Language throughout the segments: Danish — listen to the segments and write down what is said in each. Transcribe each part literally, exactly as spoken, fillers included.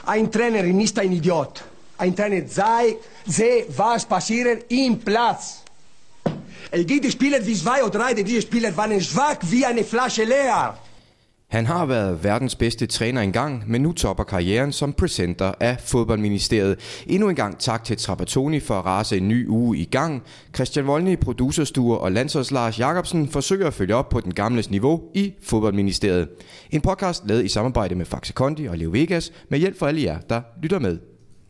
Ein Trainer ist ein Idiot. Ein Trainer sei, sehe, was passiert im Platz. Es gibt Spieler wie zwei oder drei, diese Spieler waren schwach wie eine Flasche leer. Han har været verdens bedste træner engang, men nu topper karrieren som presenter af Fodboldministeriet. Endnu en gang tak til Trapattoni for at rase en ny uge i gang. Christian Volny, producerstue og landsholds Lars Jacobsen forsøger at følge op på den gamles niveau i Fodboldministeriet. En podcast lavet i samarbejde med Faxe Kondi og Leo Vegas med hjælp for alle jer, der lytter med.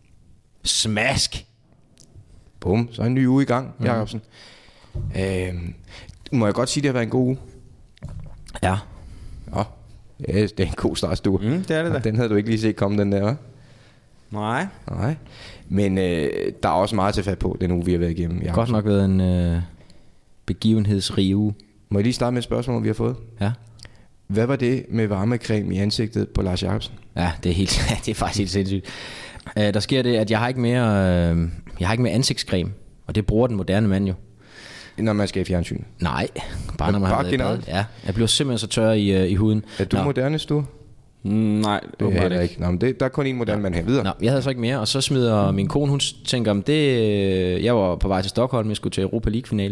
Smask! Bum, så er en ny uge i gang, Jacobsen. Mm. Øhm, må jeg godt sige, at det har været en god uge? Ja. Ja. Ja, det er en god startstue. Mm, det er det da. Den havde du ikke lige set komme, den der, hva'? Nej. Nej. Men øh, der er også meget til fat på, den uge, vi har været igennem. Jeg har godt nok været en øh, begivenhedsrig uge. Må jeg lige starte med et spørgsmål, vi har fået? Ja. Hvad var det med varmecreme i ansigtet på Lars Jacobsen? Ja, det er, helt, det er faktisk helt sindssygt. Uh, der sker det, at jeg har ikke mere, uh, jeg har ikke mere ansigtscreme, og det bruger den moderne mand jo. Når man skal i fjernsyn? Nej, bare når man bare har været i bad. Ja, jeg bliver simpelthen så tør i, uh, i huden. Er du Nå. moderne, Stu? Mm, nej, det er det ikke. Nå, men det, der er kun en moderne mand her videre. Nå, jeg havde så ikke mere, og så smider min kone, hun tænker om det, jeg var på vej til Stockholm, jeg skulle til Europa League-finale,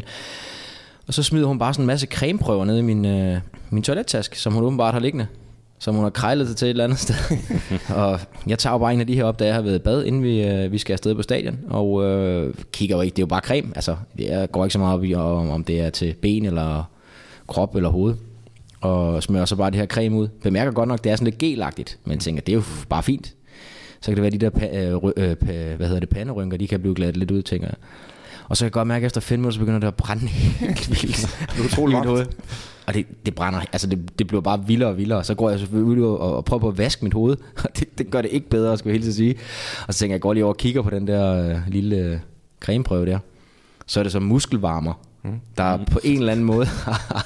og så smider hun bare sådan en masse cremeprøver ned i min, uh, min toilettaske, som hun åbenbart har liggende, som hun har krejlet sig til et eller andet sted. Og jeg tager jo bare en af de her op, da jeg har været i bad, inden vi, øh, vi skal afsted på stadion, og øh, kigger jo ikke, det er jo bare creme, altså jeg går ikke så meget op i, om, om det er til ben eller krop eller hoved, og smører så bare det her creme ud. Bemærker godt nok, det er sådan lidt gelagtigt, men tænker, det er jo bare fint. Så kan det være de der pa- øh, øh, pa- hvad hedder det, panderynker, de kan blive gladet lidt ud, tænker jeg. Og så kan jeg godt mærke, at efter fem minutter, så begynder det at brænde helt vildt. Det er utroligt varmt. Og det, det brænder, altså det, det bliver bare vildere og vildere. Så går jeg selvfølgelig ud og, og prøver på at vaske mit hoved, og det, det gør det ikke bedre, skal jeg helt sige. Og så tænker jeg, jeg går lige over og kigger på den der øh, lille øh, cremeprøve der. Så er det så muskelvarmer, mm. der mm. på en eller anden måde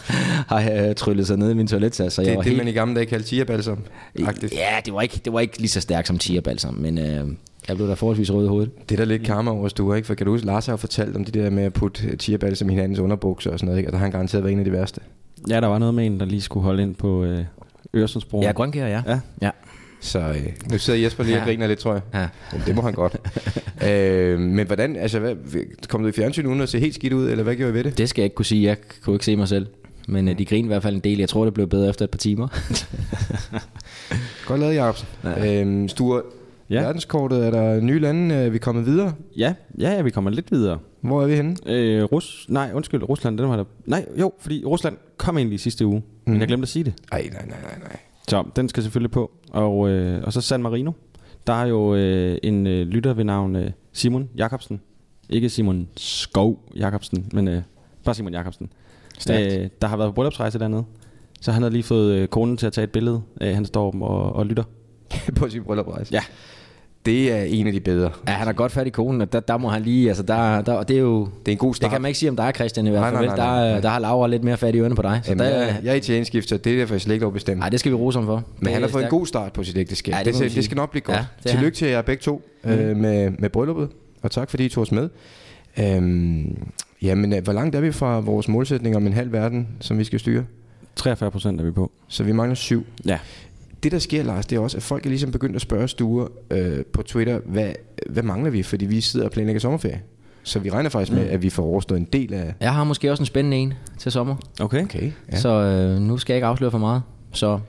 har øh, tryllet sig ned i min toilettasse. Det er det, helt... man i gamle dage kaldte tigerbalsam. Ja, det var, ikke, det var ikke lige så stærkt som tigerbalsam, men... Øh, jeg blev da forholdsvis rød i hovedet. Det er der lidt karma over stuer, ikke? For kan du huske, Lars har jo fortalt om det der med at putte tigerbalsam i hinandens underbukser og sådan noget, ikke? Og der har han garanteret været en af de værste. Ja, der var noget med en, der lige skulle holde ind på øh, Øresundsbroen. Ja, Grønkær, ja. ja. ja. Så øh, nu sidder Jesper lige og griner lidt, tror jeg. Ja. Men det må han godt. øh, men hvordan, altså, hvad, kom du i fjernsyn uden at se helt skidt ud, eller hvad gjorde I ved det? Det skal jeg ikke kunne sige, jeg kunne ikke se mig selv. Men øh, de griner i hvert fald en del. Jeg tror, det blev bedre efter et par timer. Godt lavet, Jacobsen. Ja. Øhm, Sture, ja. Verdenskortet, er der nye lande, er vi kommet videre? Ja, ja, ja, vi kommer lidt videre. Hvor er vi henne? Øh, Rus, nej, undskyld, Rusland, den var der. Nej, jo, fordi Rusland kom egentlig i sidste uge, mm. men jeg glemte at sige det. Ej, nej, nej, nej, nej. Så den skal selvfølgelig på. Og, øh, og så San Marino. Der er jo øh, en øh, lytter ved navn øh, Simon Jacobsen. Ikke Simon Skov Jacobsen, men øh, bare Simon Jacobsen. Øh, der har været på bryllupsrejse dernede. Så han har lige fået øh, konen til at tage et billede af, han står og, og lytter. På sin bryllupsrejse? Ja. Det er en af de bedre. Ja, han har godt fat i konen, og der, der må han lige, altså der, der, det er jo... Det er en god start. Det kan man ikke sige om dig, Christian, i hvert fald. Nej, nej, nej, nej. Der, der har Laura lidt mere fat i ørerne på dig. Så Jamen, der, jeg, jeg er i tjenskift, så det er derfor jeg slet ikke lov bestemt. Nej, det skal vi rose ham for. Men det han har fået stærk. en god start på sit ægteskab. Ja, det, det, det, det skal nok blive godt. Ja, Tillykke til jer begge to mm. øh, med, med brylluppet, og tak fordi I tog os med. Øhm, jamen, hvor langt er vi fra vores målsætning om en halv verden, som vi skal styre? treogfyrre procent er vi på. Så vi mangler syv. Ja. Det der sker, Lars, det er også, at folk er ligesom begyndt at spørge Sture øh, på Twitter, hvad, hvad mangler vi? Fordi vi sidder og planlægger sommerferie. Så vi regner faktisk mm. med, at vi får overstået en del af... Jeg har måske også en spændende en til sommer. Okay. okay ja. Så øh, nu skal jeg ikke afsløre for meget. Så...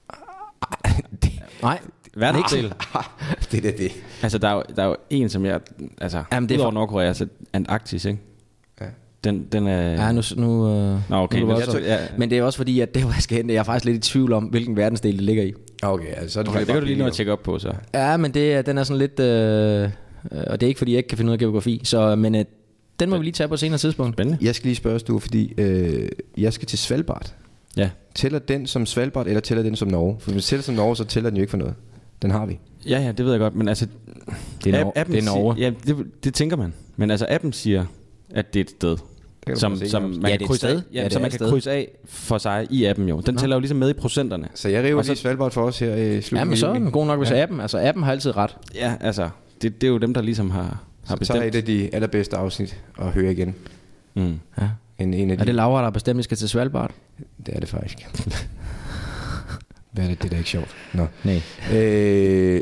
Nej. Verdensdel. Det er det. Altså, der er, jo, der er jo en, som jeg... Altså, jamen, det er udover for... Nordkorea, altså Antarktis, ikke? Ja. Den, den er... Ja, nu... nu øh, Nå, okay. nu Men, også, ja. men det er også fordi, at det, hvor jeg skal hente, jeg er faktisk lidt i tvivl om, hvilken verdensdel det ligger i. Okay, altså... Okay, det kan du lige nå at tjekke op på, så. Ja, men det, den er sådan lidt... Øh, og det er ikke, fordi jeg ikke kan finde ud af geografi. Så, men øh, den må vi lige tage på et senere tidspunkt. Spændende. Jeg skal lige spørge, Sture, fordi øh, jeg skal til Svalbard. Ja. Tæller den som Svalbard, eller tæller den som Norge? For hvis den tæller som Norge, så tæller den jo ikke for noget. Den har vi. Ja, ja, det ved jeg godt, men altså... Det er, Norge. Appen Det er Norge. Siger, ja, det, det tænker man. Men altså, appen siger, at det er et sted, som, som man ja, kan krydse af, ja, ja, som man kan sted. krydse af for sig i appen jo. Den Nå. tæller jo ligesom med i procenterne. Så jeg river og så, lige Svalbard for os her i slutningen. Ja, men så er den god nok, hvis ja. appen... Altså, appen har altid ret. Ja, altså, det, det er jo dem, der ligesom har, har så bestemt. Så er et af de allerbedste afsnit at høre igen. Mm. Ja. En, en af de... Er det Laura, der bestemt, at skal til Svalbard? Det er det faktisk. Hvad er det? Det er da ikke sjovt. Nå. Nej. Øh,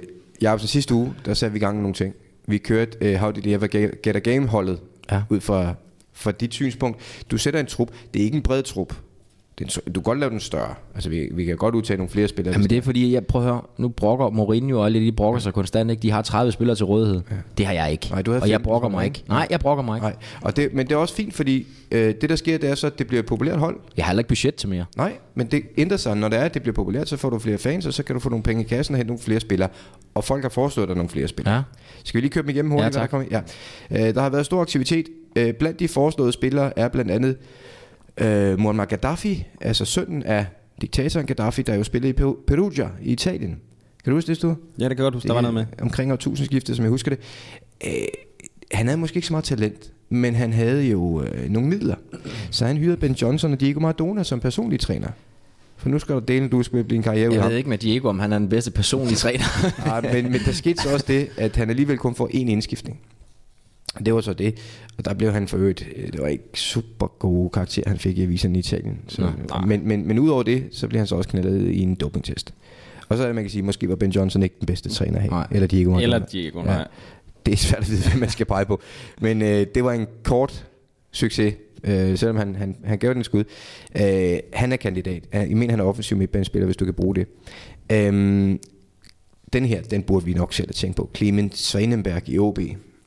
Jacobsen, sidste uge, der satte vi i gang med nogle ting. Vi kørte uh, How Did You Ever Get A Game-holdet Ja. ud fra, fra dit synspunkt. Du sætter en trup. Det er ikke en bred trup. Det er en, du kan godt lave den større. Altså, vi, vi kan godt udtage nogle flere spillere. Jamen det er fordi, jeg prøver at høre, nu brokker Mourinho og alle de brokker sig konstant, ikke? De har tredive spillere til rådighed. Ja. Det har jeg ikke. Nej, du havde og jeg fem, brokker tror mig jeg, ikke. Nej, jeg brokker mig ikke. Nej. Og det, men det er også fint, fordi øh, det der sker, det er så, at det bliver et populært hold. Jeg har heller ikke budget til mere. Nej, men det ændrer sig. Når det er, at det bliver populært, så får du flere fans, og så kan du få nogle penge i kassen og hente nogle flere spillere. Og folk har foreslået dig nogle flere spillere. Ja. Skal vi lige køre dem igennem hurtigt? Ja, tak. Der, kommer? Ja. Øh, der har været stor aktivitet. Øh, blandt de foreslåede spillere er blandt andet øh, Muammar Gaddafi, altså sønnen af diktatoren Gaddafi, der jo spillede i Peru- Perugia i Italien. Kan du huske det, Sture? Ja, det kan godt huske, der var noget med. Omkring årtusindskiftet, som jeg husker det. Øh, han havde måske ikke så meget talent, men han havde jo øh, nogle midler. Så han hyrede Ben Johnson og Diego Maradona som personlige træner. For nu skal du dele, du skal blive en karriere ud af Jeg ham. ved ikke med Diego, om han er den bedste personlige træner. Nej, men, men der skete så også det, at han alligevel kun får én indskiftning. Det var så det. Og der blev han for øvrigt, det var ikke super gode karakterer, han fik i avisen i Italien. Så, Nå, men, men, men udover det, så blev han så også knaldet i en dopingtest. Og så er det, man kan sige, måske var Ben Johnson ikke den bedste træner her. Nej. Eller Diego. Eller Diego, nej. Ja. Det er svært at vide, hvad man skal pege på. Men øh, det var en kort succes, øh, selvom han, han, han gav den et skud. Øh, han er kandidat. Jeg mener, han er offensiv midtbanespiller, hvis du kan bruge det. Øh, den her, den burde vi nok selv have tænkt på. Clement Svanenberg i O B.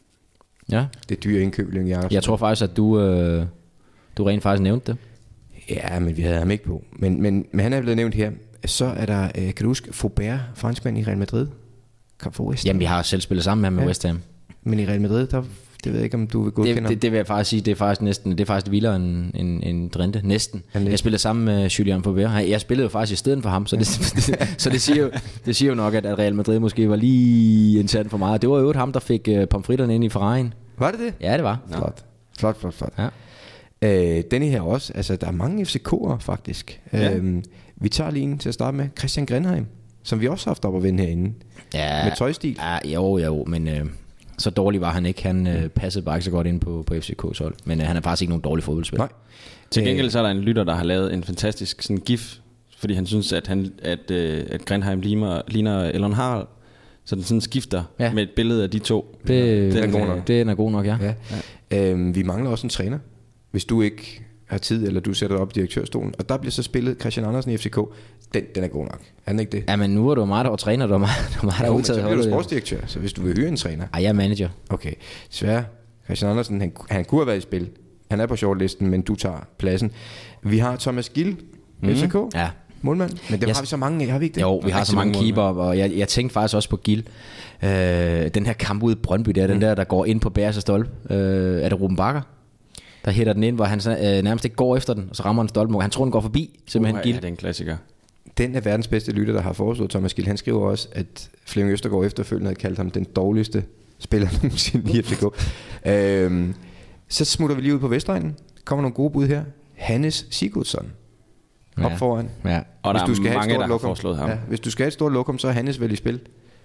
Ja. Det er dyre indkøb, Lyng Jacobsen. Jeg tror faktisk, at du, øh, du rent faktisk nævnte det. Ja, men vi havde ham ikke på. Men, men, men han er blevet nævnt her. Så er der, øh, kan du huske, Faubert, franskmand i Real Madrid. Kom for West Ham. Jamen, vi har selv spillet sammen med ham med Ja. West Ham. Men i Real Madrid, der, det ved jeg ikke, om du vil godkende Det, ham. det, det vil jeg faktisk sige, det er faktisk næsten, det er faktisk vildere end, end, end Drente, næsten. Han er- Jeg spillede sammen med Julian Faubert. Jeg spillede jo faktisk i stedet for ham, så det, så det, siger, jo, det siger jo nok, at Real Madrid måske var lige en tand for meget. Det var jo ham, der fik uh, pomfritterne ind i Ferrari'en. Var det det? Ja, det var. Flot. Flot, flot, flot. Ja. Øh, denne her også, altså der er mange F C K'ere faktisk. Ja. Øhm, vi tager lige en til at starte med. Christian Grenheim, som vi også har haft op at vinde herinde. Ja, Med tøjstil. Ja, jo, jo, men øh, så dårlig var han ikke. Han øh, passede bare ikke så godt ind på, på F C K's hold. Men øh, han er faktisk ikke nogen dårlig fodboldspiller. Nej. Til gengæld så er der en lytter, der har lavet en fantastisk sådan gif, fordi han synes, at, han, at, øh, at Grenheim ligner, ligner Elon Harald. Så den sådan skifter Ja. ja. med et billede af de to. Det, Den er den god er nok. Den er god nok, ja. Ja. Ja. Øhm, vi mangler også en træner, hvis du ikke har tid, eller du sætter dig op i direktørstolen. Og der bliver så spillet Christian Andersen i F C K. Den, den er god nok. Er den ikke det? Ja, men nu er du meget, der var træner, du var meget, du var meget der Jo, men så udtaget bliver du holdet. sportsdirektør, så hvis du vil hyre en træner. Ej, jeg er manager. Okay, desværre. Christian Andersen, han, han kunne have været i spil. Han er på shortlisten, men du tager pladsen. Vi har Thomas Gill, mm. F C K. Ja. Målmand. Men dem Jeg- har vi så mange af, har vi ikke det? Jo, vi har rigtig så mange mange keeper, og jeg, jeg tænkte faktisk også på Gil. Øh, den her kamp ude i Brøndby, der, mm. den der, der går ind på Bærs og stolpe. Øh, er det Ruben Bakker? Der hætter den ind, hvor han så, øh, nærmest ikke går efter den, og så rammer han stolpen. Han tror, den går forbi, simpelthen Uh, Gil. ja, det er en klassiker. Den er verdens bedste lytter, der har foreslået Thomas Gill. Han skriver også, at Flemming Østergaard efterfølgende havde kaldt ham den dårligste spiller nogensinde i F C K. øhm, så smutter vi lige ud på Vestegnen. Kommer nogle gode bud her. Hannes Sigurdsson. Op Ja. foran. Ja. Og der Hvis du skal er have et mange, stort der har lokum. foreslået ham. Ja, hvis du skal have et stort lokum, så er Hannes vel i spil.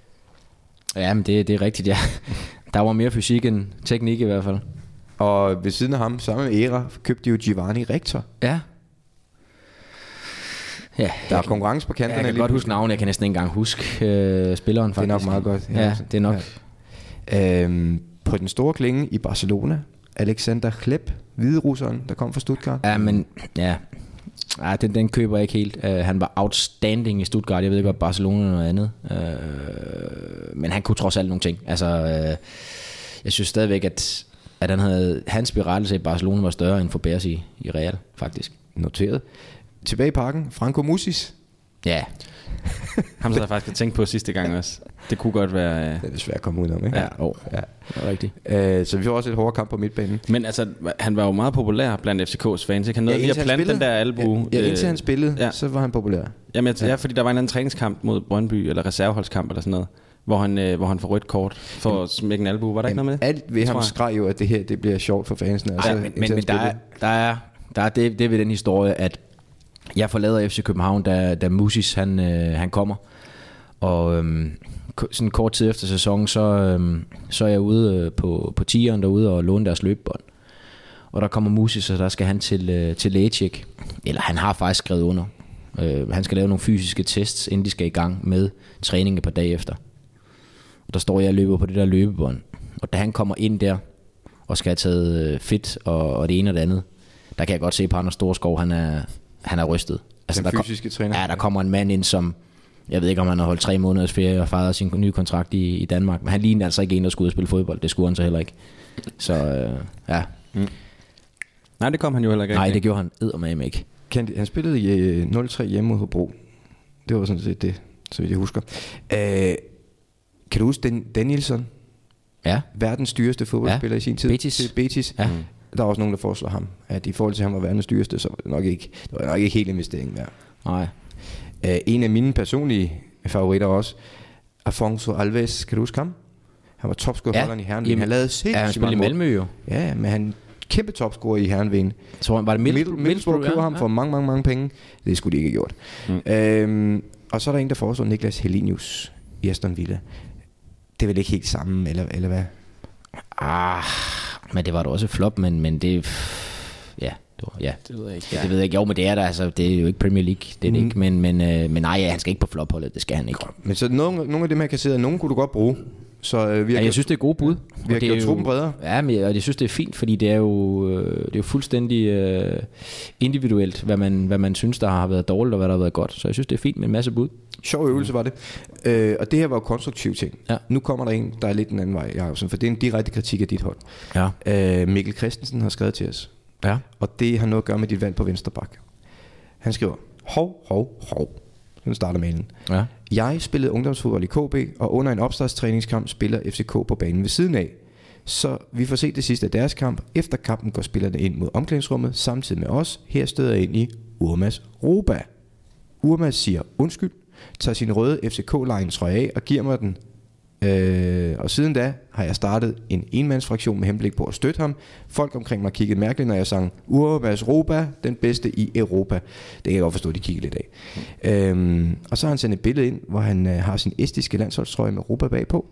Ja, men det, det er rigtigt, ja. Der var mere fysik end teknik i hvert fald. Og ved siden af ham, sammen med Era, købte de jo Giovanni Rector. Ja. Ja, Der er konkurrence på kanterne. jeg kan lige godt huske pludselig. navnet, jeg kan næsten ikke engang huske øh, spilleren Det er faktisk. nok meget godt. Ja, det er nok. Ja. Øhm, på den store klinge i Barcelona, Alexander Hleb, hviderusseren, der kom fra Stuttgart. Ja, men ja, ja den, den køber jeg ikke helt. Uh, han var outstanding i Stuttgart. Jeg ved godt, Barcelona er noget andet. Uh, men han kunne trods alt nogle ting. Altså, uh, jeg synes stadigvæk, at, at han havde, hans berettelse i Barcelona var større end for Bærs i, i Real, faktisk. Noteret. Tilbage i parken, Franco Musis. Ja, Ham så jeg faktisk tænkt på sidste gang også. Det kunne godt være... Det er desværre at komme ud om, ikke? ja, oh, Ja. det var rigtigt. Øh, så vi får også et hårdere kamp på midtbanen. Men altså, han var jo meget populær blandt F C K's fans. Ikke? Han nåede lige at plante den der albue. Ja, ja, indtil han spillede, ja. ja. så var han populær. Jamen, jeg, ja, fordi der var en anden træningskamp mod Brøndby, eller reserveholdskamp eller sådan noget, hvor han, øh, hvor han får rødt kort for at smække en albue. Var der ikke noget med det? Alt ved Tror ham jeg. skreg jo, at det her det bliver sjovt for fansene. Ej, men, men, men der er, der er, der er det, det ved den historie, at jeg forlader F C København, da, da Musis han, øh, han kommer. Og øhm, k- sådan kort tid efter sæsonen, så, øhm, så er jeg ude øh, på, på tieren derude og låne deres løbebånd. Og der kommer Musis, og der skal han til, øh, til lægetjek. Eller han har faktisk skrevet under. Øh, han skal lave nogle fysiske tests, inden de skal i gang med træning et par dage efter. Der står jeg og løber på det der løbebånd. Og da han kommer ind der, og skal have taget fedt og, og det ene og det andet, der kan jeg godt se på Anders Storskov, han er, han er rystet. Altså, den der fysiske kom, træner. Ja, der kommer en mand ind, som, jeg ved ikke om han har holdt tre måneders ferie og fejret sin nye kontrakt i, i Danmark, men han lignede altså ikke en, der skulle ud og spille fodbold. Det skulle han så heller ikke. Så øh, ja. Mm. Nej, det kom han jo heller ikke. Nej, det gjorde han eddermame ikke. Han spillede i nul tre hjemme mod Hobro. Det var sådan set det, så vidt jeg husker. Øh, kan du huske Den Danielsson? Ja. Verdens dyreste fodboldspiller ja. i sin tid. Betis. Til Betis. Ja. Mm. Der er også nogen, der foreslår ham, at i forhold til, at han var verdens dyreste, så var det nok ikke, det var nok ikke helt investering værd. Nej. Øh, en af mine personlige favoritter også, Afonso Alves. Kan du huske ham? Han var topscorer ja. i Herrenveen. Han lavede sindssygt. Ja, han spillede i Malmø jo. Ja, men han kæmpe topscorer i Herrenveen. Så var det Middlesbrough, Middlesbrough køber ja, ham for ja. mange, mange, mange penge. Det skulle de ikke have gjort. Mm. Øhm, og så er der en, der foreslår Niklas Helenius i Aston Villa. Det er vel ikke helt samme, eller, eller hvad? Ah, men det var da også flop, men, men det... Ja, det, var, ja. det ved jeg ikke. Ja. Det ved jeg ikke. Jo, men det er der, altså, det er jo ikke Premier League, det er mm. det ikke. Men, men, øh, men nej, ja, han skal ikke på flopholdet, det skal han ikke. Men så nogle, nogle af dem her kasserede, nogen kunne du godt bruge. Så øh, vi har ja, jeg synes, det er gode bud. Vi har gjort truppen bredere. Ja, men jeg, jeg synes, det er fint, fordi det er jo, øh, det er jo fuldstændig øh, individuelt, hvad man, hvad man synes, der har været dårligt, og hvad der har været godt. Så jeg synes, det er fint med en masse bud. Sjov øvelse var det. Øh, og det her var jo konstruktiv ting. Ja. Nu kommer der en, der er lidt en anden vej, Jacobsen, for det er en direkte kritik af dit hold. Ja. Øh, Mikkel Christensen har skrevet til os. Ja. Og det har noget at gøre med dit valg på venstre bak. Han skriver, hov, hov, hov. Nu starter mailen. Ja. Jeg spillede ungdomsfodbold i K B, og under en opstartstræningskamp spiller F C K på banen ved siden af. Så vi får set det sidste af deres kamp. Efter kampen går spillerne ind mod omklædningsrummet, samtidig med os. Her støder jeg ind i Urmas Roba. Urmas siger undskyld, tager sin røde F C K-line trøje af og giver mig den. Øh, og siden da har jeg startet en enmandsfraktion med henblik på at støtte ham. Folk omkring mig kiggede mærkeligt, når jeg sang Urmas Roba, den bedste i Europa. Det kan jeg godt forstå, at de kiggede lidt af. Mm. øh, Og så har han sendt et billede ind, hvor han øh, har sin estiske landsholdstrøje med Europa bagpå.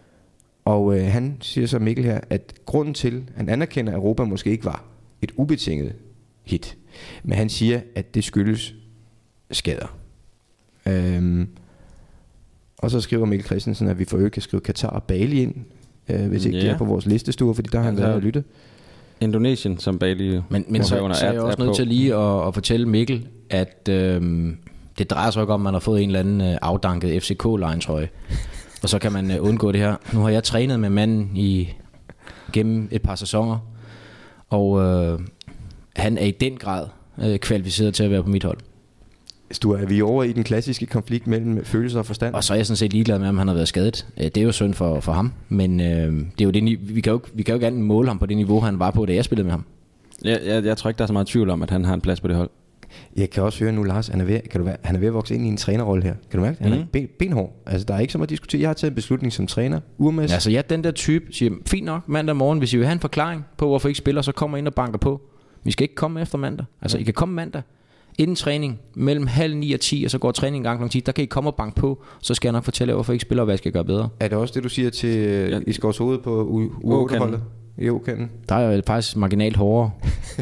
Og øh, han siger så Mikkel her, at grunden til, han anerkender, at Europa måske ikke var et ubetinget hit, men han siger, at det skyldes skader. Øh, Og så skriver Mikkel Christensen, at vi for øvrigt kan skrive Katar og Bali ind, øh, hvis ikke yeah. det er på vores listestuer, fordi der har han været og lyttet. Indonesien som Bali. Men, men så, så er jeg også nødt til lige at, at fortælle Mikkel, at øh, det drejer sig ikke om, at man har fået en eller anden øh, afdanket F C K-line-trøje. Og så kan man øh, undgå det her. Nu har jeg trænet med manden i, gennem et par sæsoner, og øh, han er i den grad øh, kvalificeret til at være på mit hold. Du er vi over i den klassiske konflikt mellem følelser og forstand. Og så er jeg sådan set ligeglad med, om han har været skadet. Det er jo synd for, for ham, men øh, det er jo det, vi kan jo vi kan jo gerne måle ham på det niveau, han var på, da jeg spillede med ham. Jeg, jeg, jeg tror ikke, der er så meget tvivl om, at han har en plads på det hold. Jeg kan også høre nu, Lars, han er ved, kan du være, han er ved at vokse ind i en trænerrolle her. Kan du mærke det? Han mm. er ben, benhård. Altså, der er ikke så meget at diskutere. Jeg har taget en beslutning som træner. Urmas. Altså, jeg er den der type, siger, fint nok, mandag morgen, hvis I vil have en forklaring på, hvorfor I ikke spiller, så kommer ind og banker på. Vi skal ikke komme efter mandag. Altså, ja. I kan komme mandag. Inden træning, mellem halv ni og ti, og så går træningen en gang klokken ti, der kan I komme og banke på, så skal jeg nok fortælle jer, hvorfor I ikke spiller, og hvad jeg skal gøre bedre. Er det også det, du siger til ja. I Skovs Hoved på U otte-holdet? I O-kanden? Der er jo faktisk marginalt hårdere.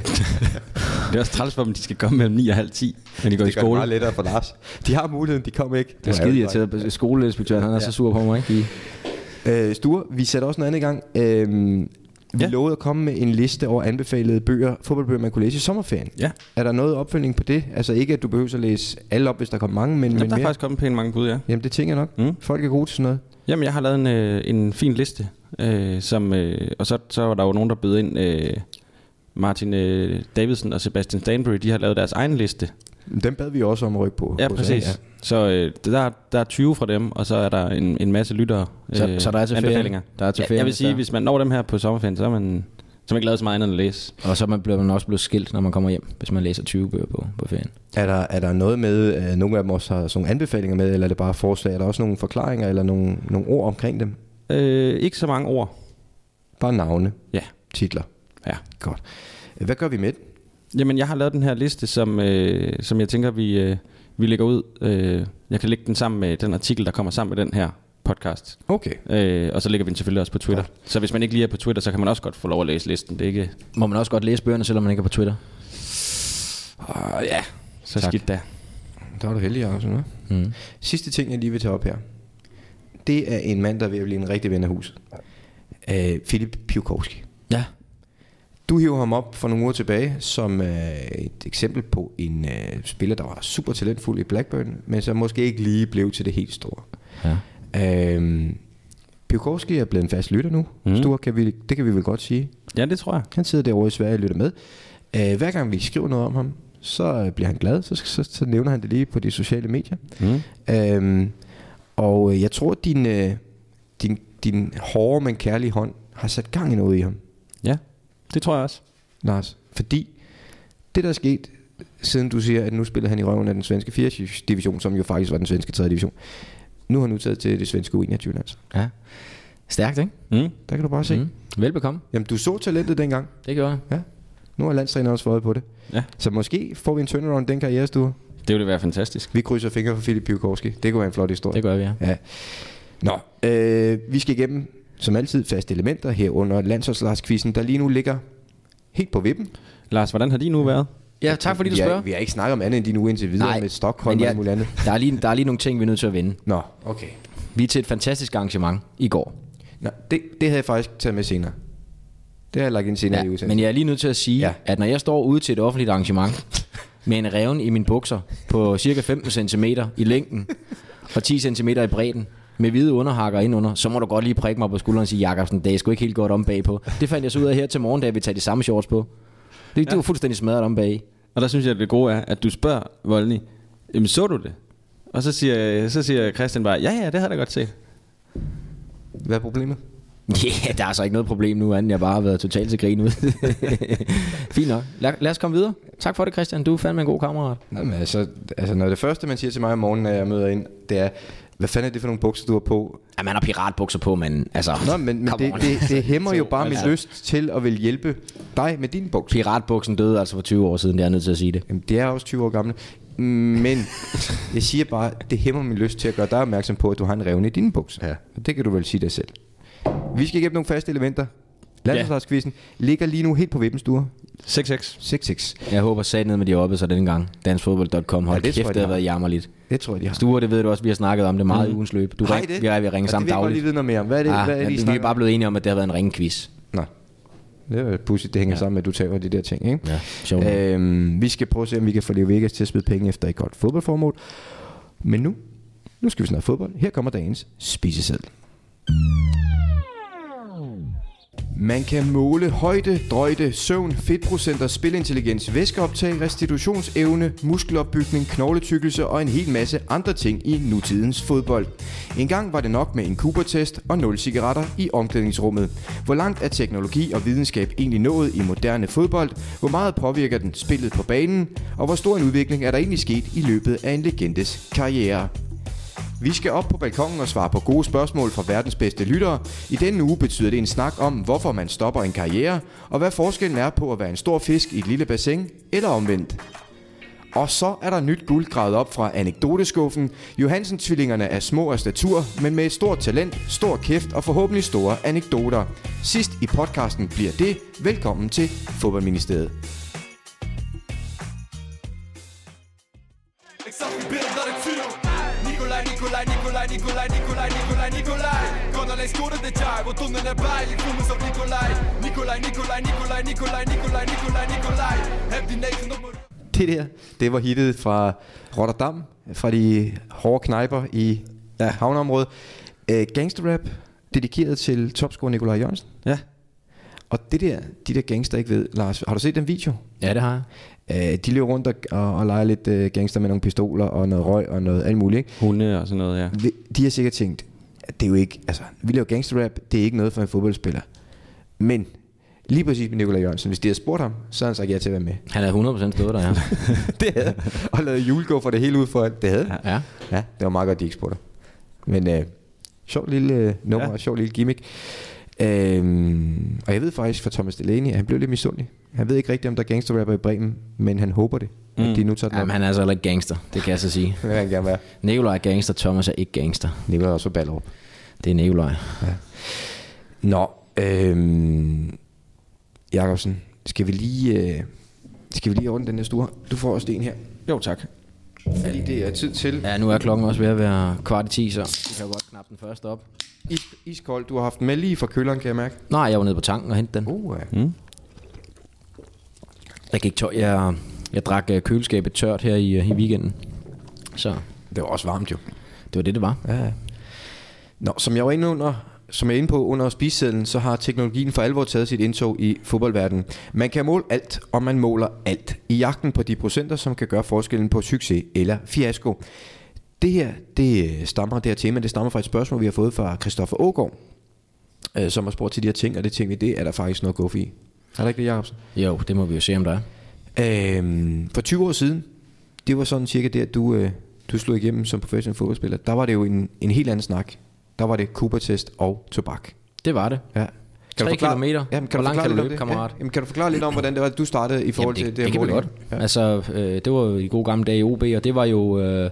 Det er også træls for dem, de skal komme mellem ni og halv ti, når de går det i skole. Det gør det meget lettere for Lars. De har muligheden, de kommer ikke. Det er skide irriteret. Skoleinspektøren, han er ja. så sur på mig, ikke? Øh, Sture, vi sætter også noget andet i gang. Øh, Vi ja. lovede at komme med en liste over anbefalede bøger, fodboldbøger, man kunne læse i sommerferien. Ja. Er der noget opfølgning på det? Altså ikke, at du behøver at læse alle op, hvis der kommer mange, men, Jamen, men der mere. er faktisk kommet pænt mange bud, ja. Jamen det tænker jeg nok. Mm. Folk er gode til sådan noget. Jamen jeg har lavet en, øh, en fin liste, øh, som, øh, og så, så var der jo nogen, der bød ind. Øh, Martin øh, Davidsen og Sebastian Stanbury, de har lavet deres egen liste. Dem bad vi også om at rykke på. Ja, præcis. Ja. Så øh, der, der er tyve fra dem, og så er der en, en masse lyttere øh, så, så der er til anbefalinger. Der er til ja, jeg vil sige, hvis man når dem her på sommerferien, så er man, så er man ikke lavet så meget andet end at læse. Og så bliver man også blevet skilt, når man kommer hjem, hvis man læser tyve bøger på, på ferien. Er der, er der noget med, at nogle af dem også har sådan nogle anbefalinger med, eller er det bare forslag? Er der også nogle forklaringer eller nogle, nogle ord omkring dem? Øh, ikke så mange ord. Bare navne? Ja. Titler? Ja. Godt. Hvad gør vi med det? Jamen jeg har lavet den her liste, som, øh, som jeg tænker vi, øh, vi lægger ud. øh, Jeg kan lægge den sammen med den artikel, der kommer sammen med den her podcast. Okay. øh, Og så lægger vi den selvfølgelig også på Twitter. Ja. Så hvis man ikke lige er på Twitter, så kan man også godt få lov at læse listen. Det er ikke... Må man også godt læse bøgerne, selvom man ikke er på Twitter? uh, Ja, så tak. Skidt da. Der var du heldig også, mm. Sidste ting jeg lige vil tage op her, det er en mand, der er ved at blive en rigtig ven af huset. Øh, Filip Piłkowski. Ja. Du hiver ham op for nogle uger tilbage som øh, et eksempel på en øh, spiller, der var super talentfuld i Blackburn, men som måske ikke lige blev til det helt store. Ja. Øh, Piłkowski er blevet en fast lytter nu. Mm. Stor, kan vi, det kan vi vel godt sige. Ja, det tror jeg. Han sidder derovre i Sverige og lytter med. Øh, hver gang vi skriver noget om ham, så bliver han glad, så, så, så nævner han det lige på de sociale medier. Mm. Øhm, og jeg tror, at din, øh, din, din hårde, men kærlige hånd har sat gang i noget i ham. Ja, det tror jeg også. Lars, fordi det, der er sket, siden du siger, at nu spiller han i røven af den svenske fjerde division, som jo faktisk var den svenske tredje division. Nu har han udtaget til det svenske U enogtyve-lands. Ja, stærkt, ikke? Mm. Der kan du bare se. Mm. Velbekomme. Jamen, du så talentet dengang. Det gjorde jeg. Ja. Nu har landstræneren også fået på det. Ja. Så måske får vi en turnaround den karrierestue. Det ville være fantastisk. Vi krydser fingre for Filip Piłkowski. Det kunne være en flot historie. Det gør vi, ja. ja. Nå, øh, vi skal igennem, som altid, faste elementer her under landsholdslars-quizzen, der lige nu ligger helt på vippen. Lars, hvordan har de nu været? Ja, tak fordi du vi spørger. Har, vi har ikke snakket om andet end de nu indtil videre. Nej, med Stockholm og muligt andet. Der er, lige, der er lige nogle ting, vi er nødt til at vinde. Nå, okay. Vi er til et fantastisk arrangement i går. Nå, det, det havde jeg faktisk taget med senere. Det har jeg lagt ind senere ja, i udsendelsen. Men jeg er lige nødt til at sige, ja. at når jeg står ude til et offentligt arrangement med en revne i mine bukser på cirka femten centimeter i længden og ti centimeter i bredden med hvide underhakker indunder, så må du godt lige prikke mig på skulderen og sige, Jakobsen, det er sgu ikke helt godt om bagpå. Det fandt jeg så ud af her til morgen, da vi tager de samme shorts på. Det, ja. det var fuldstændig smadret om bag. Og der synes jeg, at det gode er, at du spørger Voldny, jamen så du det? Og så siger, så siger Christian bare, ja ja, det har jeg da godt set. Hvad er problemet? Ja, yeah, der er så ikke noget problem nu, anden jeg bare har været totalt til grin ud. Fint nok. Lad, lad os komme videre. Tak for det, Christian. Du er fandme en god kammerat. Jamen, altså, altså, når det første, man siger til mig om morgenen, når jeg møder ind, det er, hvad fanden er det for nogle bukser, du har på? Ja, man har piratbukser på, men altså... Nå, men, men det, det, det hæmmer jo bare min lyst til at vil hjælpe dig med dine bukser. Piratbuksen døde altså for tyve år siden, det er jeg nødt til at sige det. Jamen, det er også tyve år gamle. Men jeg siger bare, det hæmmer min lyst til at gøre dig opmærksom på, at du har en revne i dine bukser. Ja. Det kan du vel sige dig selv. Vi skal igennem nogle faste elementer. Landsholdslars-quizzen ligger lige nu helt på vippen, Sture. seks seks. seks seks. Jeg håber sat ned med de oppe så denne gang. danskfodbold punktum com. Hold ja, kæft, det har været jammerligt. Det tror jeg, de har. Sture, det ved du også, vi har snakket om det meget mm. i ugens løb. Du Hej, ring, vi har vi ringet sammen dagligt. Det vil jeg godt lige vide noget mere om. Hvad er det, ah, hvad er det, ja, vi er bare blevet enige om, at det har været en ringquiz. Nå. Det er pudsigt, det hænger ja. sammen med, at du tager de der ting, ikke? Ja, sjovt. Øhm, vi skal prøve at se, om vi kan få Leo Vegas til at smide penge efter et godt fodboldformål. Men nu, nu skal vi snakke fodbold. Her kommer dagens spiseseddel. Man kan måle højde, drøjde, søvn, fedtprocenter, spilintelligens, væskeoptag, restitutionsevne, muskelopbygning, knogletykkelse og en hel masse andre ting i nutidens fodbold. En gang var det nok med en Cooper-test og nul cigaretter i omklædningsrummet. Hvor langt er teknologi og videnskab egentlig nået i moderne fodbold? Hvor meget påvirker den spillet på banen? Og hvor stor en udvikling er der egentlig sket i løbet af en legendes karriere? Vi skal op på balkongen og svare på gode spørgsmål fra verdens bedste lyttere. I denne uge betyder det en snak om, hvorfor man stopper en karriere, og hvad forskellen er på at være en stor fisk i et lille bassin, eller omvendt. Og så er der nyt guld gravet op fra anekdoteskuffen. Johansen-tvillingerne er små af statur, men med et stort talent, stor kæft og forhåbentlig store anekdoter. Sidst i podcasten bliver det. Velkommen til Fodboldministeriet. Nikolaj, Nikolaj, Nikolaj, Nikolaj, Nikolaj, Nikolaj. Gunnar skåret det jeg, hvor tunden er bag i fumme som Nikolaj. Nikolaj, Nikolaj, Nikolaj, Nikolaj, Nikolaj, Nikolaj, Nikolaj. Hæv din næsen op mod... Det der, det var hittet fra Rotterdam, fra de hårde knejper i ja. havneområdet. Uh, gangsterrap, dedikeret til topscorer Nikolaj Jørgensen. Ja. Og det der, de der gangster ikke ved, Lars, har du set den video? Ja, det har jeg. Uh, de løber rundt og, og, og leger lidt uh, gangster med nogle pistoler og noget røg og noget alt muligt, ikke? Hunde og sådan noget, ja. De har sikkert tænkt, at det er jo ikke, altså, vi laver gangsterrap, det er ikke noget for en fodboldspiller. Men lige præcis med Nikolaj Jørgensen, hvis de havde spurgt ham, så havde han sagt ja til at være med. Han havde hundrede procent stået der, ja. Det havde og lavet julegård for det hele ud for alt. Det havde ja. ja. Ja, det var meget godt, de ikke spurgte. Men øh, sjov lille øh, nummer, ja. sjov lille gimmick. Øhm, og jeg ved faktisk fra Thomas Delaney, at han blev lidt misundelig. Han ved ikke rigtigt, om der er gangsterrapper i Bremen, men han håber det. Mm. At de nu tager Jamen, han er altså heller ikke gangster, det kan jeg så sige. Det vil han gerne være. Nikolaj er gangster, Thomas er ikke gangster. Nikolaj er også Ballerup. Det er Nikolaj. Ja. Nå, øhm, Jakobsen, skal vi lige øh, skal vi lige ordne den her store? Du får også en her. Jo, tak. Lige det er tid til. Ja, nu er klokken også ved at være kvart i ti, så vi kan jo godt knappe den første op. Is, iskold. Du har haft den med lige fra køleren, kan jeg mærke. Nej, jeg var nede på tanken og hentede den. Uh, ja. Mm. Jeg gik tør. Jeg, jeg drak køleskabet tørt her i, i weekenden. Så Det var også varmt jo. det var det, det var. Ja. Nå, som jeg var inde under, som jeg er inde på under spisesedlen, så har teknologien for alvor taget sit indtog i fodboldverdenen. Man kan måle alt, og man måler alt i jagten på de procenter, som kan gøre forskellen på succes eller fiasko. Det her, det stammer, det her tema, det stammer fra et spørgsmål, vi har fået fra Christoffer Aagaard, øh, som har spurgt til de her ting, og det tænkte vi, det er der faktisk noget guf i. Er der ikke det, Jacobsen? Jo, det må vi jo se, om der er. Øhm, for tyve år siden, det var sådan cirka det, at du, øh, du slog igennem som professionel fodboldspiller. Der var det jo en, en helt anden snak. Der var det Cooper-test og tobak. Det var det. Ja. Kan Tre kilometer. Jamen, kan Hvor langt kan du løbe, det? kammerat? Ja. Jamen, kan du forklare lidt om, hvordan det var, at du startede i forhold Jamen, det, til det, det her kan vi måling? godt. Ja. Altså, øh, det var jo i gode gamle dage i O B, og det var jo... Øh,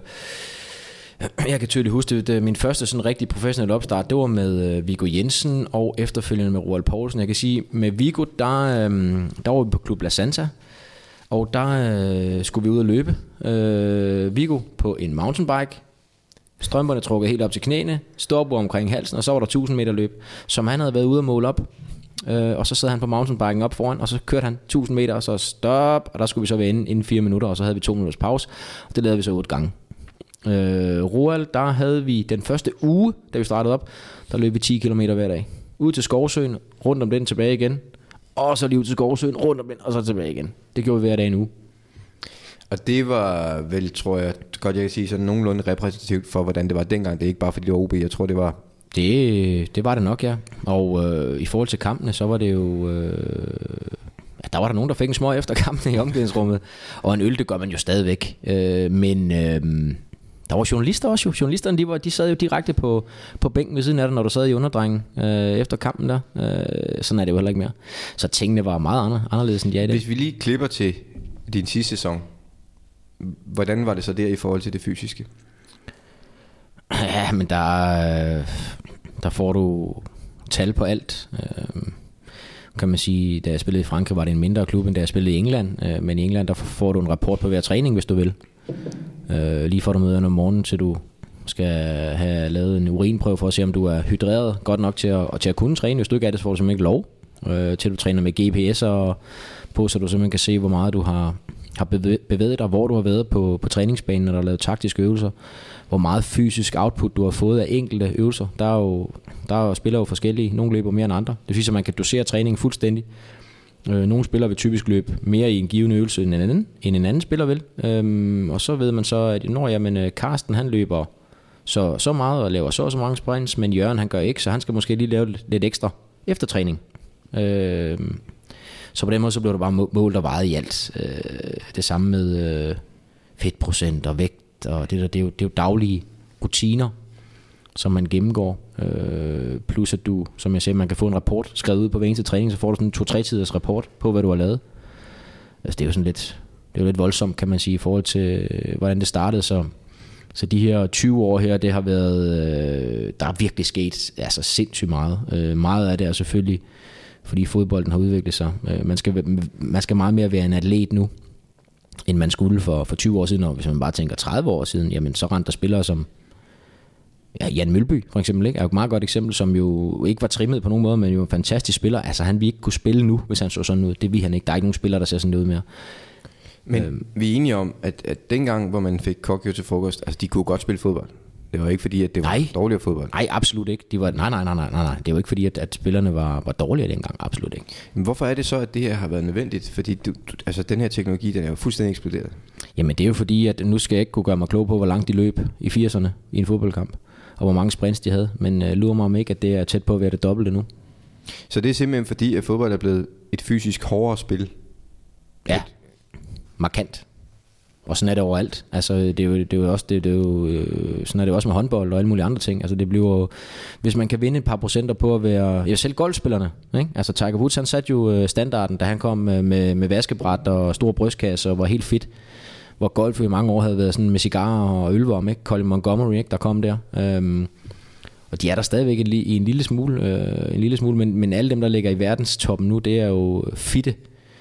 jeg kan tydeligt huske det, det min første sådan rigtig professionelle opstart, det var med øh, Viggo Jensen og efterfølgende med Roald Poulsen. Jeg kan sige, med Viggo, der, øh, der var vi på Klub La Santa, og der øh, skulle vi ud og løbe. Øh, Viggo på en mountainbike, strømperne trukket helt op til knæene, stopper omkring halsen, og så var der tusind meter løb, som han havde været ude og måle op. Øh, og så sad han på mountainbiken op foran, og så kørte han tusind meter, og så stop, og der skulle vi så være inde inden fire minutter, og så havde vi to minutters pause, og det lavede vi så otte gange. Øh, Roald, der havde vi den første uge, da vi startede op, der løb vi ti kilometer hver dag. Ud til Skovsøen, rundt om den, tilbage igen, og så lige ud til Skovsøen, rundt om den, og så tilbage igen. Det gjorde vi hver dag en uge. Og det var vel, tror jeg, godt jeg kan sige, sådan nogenlunde repræsentativt for, hvordan det var dengang. Det er ikke bare fordi det var O B, jeg tror det var... Det, det var det nok, ja. Og øh, i forhold til kampene, så var det jo... Øh, der var der nogen, der fik en smøg efter kampene i omklædningsrummet. Og en øl, det gør man jo stadigvæk. Øh, men øh, der var journalister også jo. Journalisterne, de, var, de sad jo direkte på, på bænken ved siden af dig, når du sad i underdrengen øh, efter kampen der. Øh, sådan er det jo heller ikke mere. Så tingene var meget anderledes, end de er i dag. Hvis vi lige klipper til din sidste sæson, hvordan var det så der i forhold til det fysiske? Ja, men der, der får du tal på alt. Kan man sige, da jeg spillede i Frankrig, var det en mindre klub, end da jeg spillede i England. Men i England, der får du en rapport på hver træning, hvis du vil. Lige får du møder om morgenen, til du skal have lavet en urinprøve for at se, om du er hydreret godt nok til at, til at kunne træne. Hvis du ikke er det, så får du simpelthen ikke lov. Til du træner med G P S'er på, så du simpelthen kan se, hvor meget du har, har bevæget dig, hvor du har været på, på træningsbanen, når du har lavet taktiske øvelser. Hvor meget fysisk output du har fået af enkelte øvelser. Der er jo, der er jo spillere jo forskellige. Nogle løber mere end andre. Det synes, at man kan dosere træningen fuldstændig. Øh, nogle spillere vil typisk løbe mere i en givende øvelse end en anden, end en anden spiller vil. Øhm, og så ved man så, at når jamen, Carsten han løber så, så meget og laver så og så mange sprints, men Jørgen han gør ikke, så han skal måske lige lave lidt ekstra efter træning. Øhm, så på den måde så blev der bare målt og vejet i alt. Øh, det samme med øh, fedtprocent og vægt. Og det, der, det, er jo, det er jo daglige rutiner, som man gennemgår. Øh, plus at du, som jeg siger, man kan få en rapport skrevet ud på hver eneste træning, så får du sådan en to-tre tiders rapport på, hvad du har lavet. Altså det er jo sådan lidt, det er jo lidt voldsomt, kan man sige, i forhold til, hvordan det startede. Så, så de her tyve år her, det har været, øh, der er virkelig sket altså sindssygt meget. Øh, meget af det er selvfølgelig, fordi fodbolden har udviklet sig. Øh, man, skal, man skal meget mere være en atlet nu, end man skulle for, for tyve år siden, og hvis man bare tænker tredive år siden, jamen så rent der spillere som ja, Jan Mølby for eksempel, ikke? Er jo et meget godt eksempel, som jo ikke var trimmet på nogen måde, men jo en fantastisk spiller. Altså han ville ikke kunne spille nu, hvis han så sådan ud. Det ville han ikke. Der er ikke nogen spillere, der ser sådan ud mere. Men øhm. vi er enige om, at, at dengang, hvor man fik Kokyo til frokost, altså de kunne godt spille fodbold. Det var ikke fordi, at det var nej. dårligere fodbold. Nej, absolut ikke. De var, nej, nej, nej, nej, nej. Det var ikke fordi, at, at spillerne var, var dårligere dengang. Absolut ikke. Men hvorfor er det så, at det her har været nødvendigt? Fordi du, du, altså, den her teknologi, den er jo fuldstændig eksploderet. Jamen det er jo fordi, at nu skal jeg ikke kunne gøre mig klog på, hvor langt de løb i firserne i en fodboldkamp. Og hvor mange sprints de havde. Men uh, lurer mig om ikke, at det er tæt på at være det dobbelte nu. Så det er simpelthen fordi, at fodbold er blevet et fysisk hårdere spil? Ja, markant. Og sådan er det overalt. Altså det er jo, det er jo også det, det er jo, øh, sådan er det også med håndbold og alle mulige andre ting. Altså det bliver jo, hvis man kan vinde et par procenter på at være, ja selv golfspillerne, ikke? Altså Tiger Woods han satte jo standarden, da han kom med med, med vaskebræt og stor brystkasse og var helt fit. Hvor golf i mange år havde været sådan med cigarer og ølvorm, ikke? Colin Montgomery, ikke? Der kom der. Øhm, og de er der stadigvæk i en lille smule, øh, en lille smule, men men alle dem der ligger i verdenstoppen nu, det er jo fitte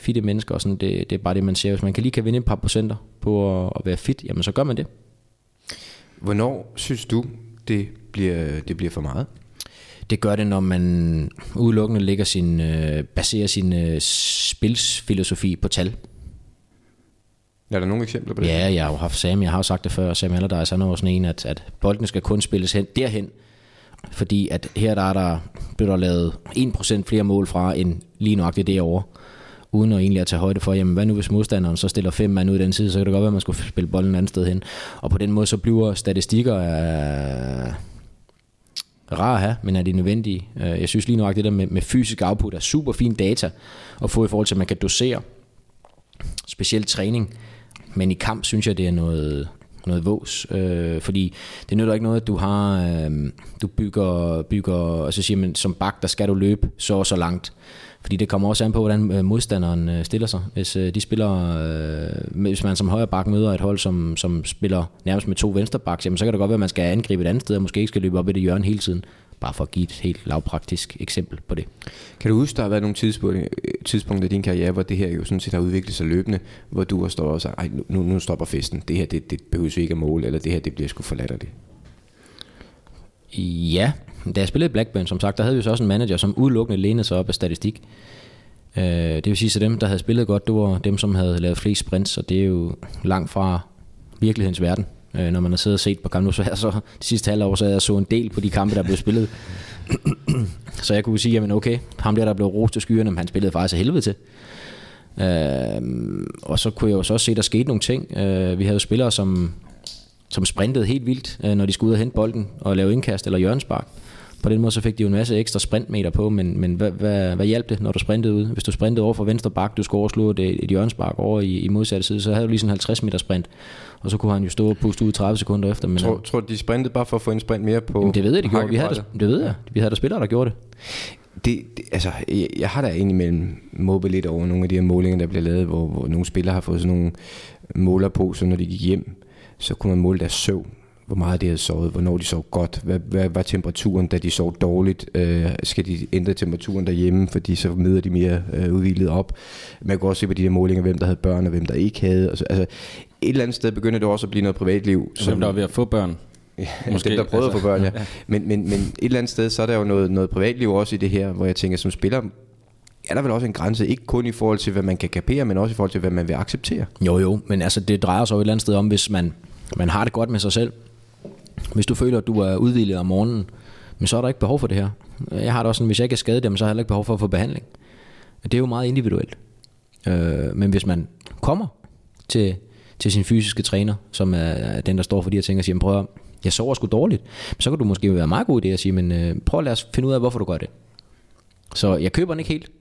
fitte mennesker, og sådan, det, det er bare det, man ser. Hvis man kan lige kan vinde et par procenter på at, at være fit, jamen så gør man det. Hvornår synes du, det bliver, det bliver for meget? Det gør det, når man udelukkende lægger sin, øh, baserer sin øh, spilsfilosofi på tal. Er der nogle eksempler på det? Ja, jeg har jo haft Sam, jeg har jo sagt det før, Sam Allardyce, han er jo sådan en, at, at bolden skal kun spilles hen, derhen, fordi at her der er der, bliver der lavet en procent flere mål fra, end lige nøjagtigt derovre, uden at egentlig at tage højde for, jamen hvad nu hvis modstanderen så stiller fem mand ud i den side, så kan det godt være, at man skulle spille bolden et andet sted hen. Og på den måde så bliver statistikker øh, rare at have, men er de nødvendige. Jeg synes lige nøjagtigt det der med, med fysisk output er super fin data at få i forhold til, at man kan dosere specielt træning, men i kamp synes jeg det er noget noget vås, øh, fordi det nytter ikke noget at du har øh, du bygger bygger og så siger man som bak der skal du løbe så og så langt, fordi det kommer også an på hvordan modstanderen øh, stiller sig. Hvis øh, de spiller øh, hvis man som højre bak møder et hold som som spiller nærmest med to venstre backs, jamen så kan det godt være at man skal angribe et andet sted og måske ikke skal løbe op i det hjørne hele tiden. Bare for at give et helt lavpraktisk eksempel på det. Kan du huske, der har været nogle tidspunkter, tidspunkter i din karriere, hvor det her jo sådan set har udviklet sig løbende, hvor du har stået og sagt, ej, nu, nu stopper festen, det her det, det behøves ikke at måle, eller det her det bliver sgu for latterligt? Ja, da jeg spillede i Blackburn, som sagt, der havde vi så også en manager, som udelukkende lænede sig op af statistik. Det vil sige, så dem, der havde spillet godt, det var dem, som havde lavet flest sprints, og det er jo langt fra virkelighedens verden. Når man har siddet og set på kampen, så, så de sidste halvår, så jeg så en del på de kampe, der blev spillet. Så jeg kunne sige, jamen okay, ham der, der blev rost til skyerne, han spillede faktisk af helvede til. Øh, og så kunne jeg jo så også se, der skete nogle ting. Øh, vi havde jo spillere, som, som sprintede helt vildt, øh, når de skulle ud og hente bolden og lave indkast eller hjørnespark. På den måde så fik de jo en masse ekstra sprintmeter på, men, men hvad, hvad, hvad hjalp det, når du sprintede ud? Hvis du sprintede over for venstre bak, du skulle overslå et, et hjørnespark over i, i modsatte side, så havde du lige sådan en halvtreds meter sprint, og så kunne han jo stå og puste ud tredive sekunder efter. Men tror, tror du, de sprintede bare for at få en sprint mere på? Jamen, det ved jeg, de gjorde. Vi havde der, det ved jeg. Vi havde der spillere, der gjorde det. Det, det, altså, jeg, jeg har da indimellem mobbet lidt over nogle af de her målinger, der bliver lavet, hvor, hvor nogle spillere har fået sådan nogle måler på, så når de gik hjem, så kunne man måle deres søvn. Hvor meget de havde sovet, hvornår de sov godt, hvad, hvad var temperaturen, da de sov dårligt, øh, skal de ændre temperaturen derhjemme, fordi så møder de mere øh, udhvilet op. Man kan også se på de her målinger, hvem der havde børn og hvem der ikke havde. Altså, altså et eller andet sted begynder det også at blive noget privatliv. Som, hvem der er ved at få børn. Ja, måske dem der prøvede altså, at få børn, ja. ja. Men, men, men et eller andet sted, så er der jo noget, noget privatliv også i det her, hvor jeg tænker, som spiller er der vel også en grænse, ikke kun i forhold til, hvad man kan kapere, men også i forhold til, hvad man vil acceptere. Jo jo, men altså det drejer sig jo et eller andet sted om, hvis man, man har det godt med sig selv. Hvis du føler, at du er udhvilet om morgenen, men så er der ikke behov for det her. Jeg har det også sådan, hvis jeg ikke er skadet dem, så har jeg heller ikke behov for at få behandling. Det er jo meget individuelt. Øh, men hvis man kommer til, til sin fysiske træner, som er den, der står for de her ting, og siger, prøv at, jeg sover sgu dårligt, så kan du måske være meget god i det at sige, men øh, prøv at lade os finde ud af, hvorfor du gør det. Så jeg køber den ikke helt.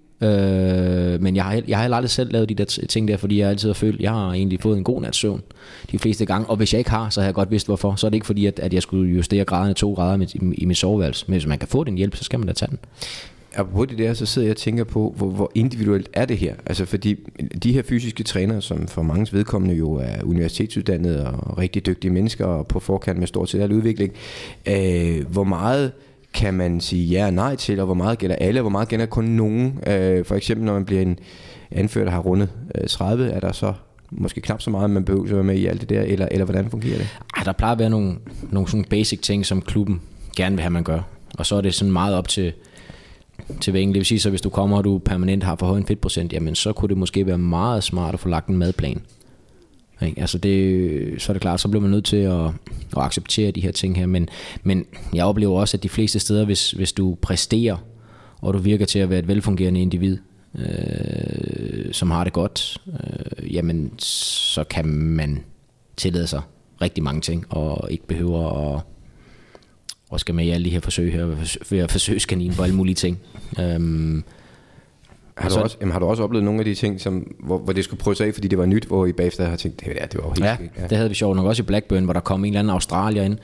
Øh, men jeg har, jeg har heller aldrig selv lavet de der ting der, fordi jeg altid har følt, jeg har egentlig fået en god nats søvn de fleste gange, og hvis jeg ikke har, så har jeg godt vidst hvorfor. Så er det ikke fordi, at, at jeg skulle justere graderne to grader med, i, i min soveværelse, men hvis man kan få den hjælp, så skal man da tage den. Apropos det der, så sidder jeg og tænker på, hvor, hvor individuelt er det her? Altså fordi de her fysiske trænere, som for manges vedkommende jo er universitetsuddannede og rigtig dygtige mennesker og på forkant med stort set al udvikling, øh, hvor meget kan man sige ja og nej til, og hvor meget gælder alle, og hvor meget gælder kun nogen? Øh, for eksempel når man bliver en anfører, der har rundet øh, tredive, er der så måske knap så meget, man behøver at være med i alt det der, eller, eller hvordan fungerer det? Ej, der plejer at være nogle, nogle sådan basic ting, som klubben gerne vil have, man gør. Og så er det sådan meget op til, til væggen. Det vil sige, så hvis du kommer, og du permanent har for høj en fedtprocent, jamen så kunne det måske være meget smart at få lagt en madplan. Altså det, så er det klart, så bliver man nødt til at, at acceptere de her ting her, men, men jeg oplever også, at de fleste steder, hvis, hvis du præsterer, og du virker til at være et velfungerende individ, øh, som har det godt, øh, jamen så kan man tillade sig rigtig mange ting, og ikke behøver at, at skal med i alle de her forsøg her, være forsøgskanin på alle mulige ting. Øh, Har du, også, jamen, har du også oplevet nogle af de ting, som, hvor, hvor det skulle prøves af, fordi det var nyt, hvor I bagefter har tænkt, det, det var jo helt ja, ja, det havde vi sjovt nok også i Blackburn, hvor der kom en eller anden australier ind,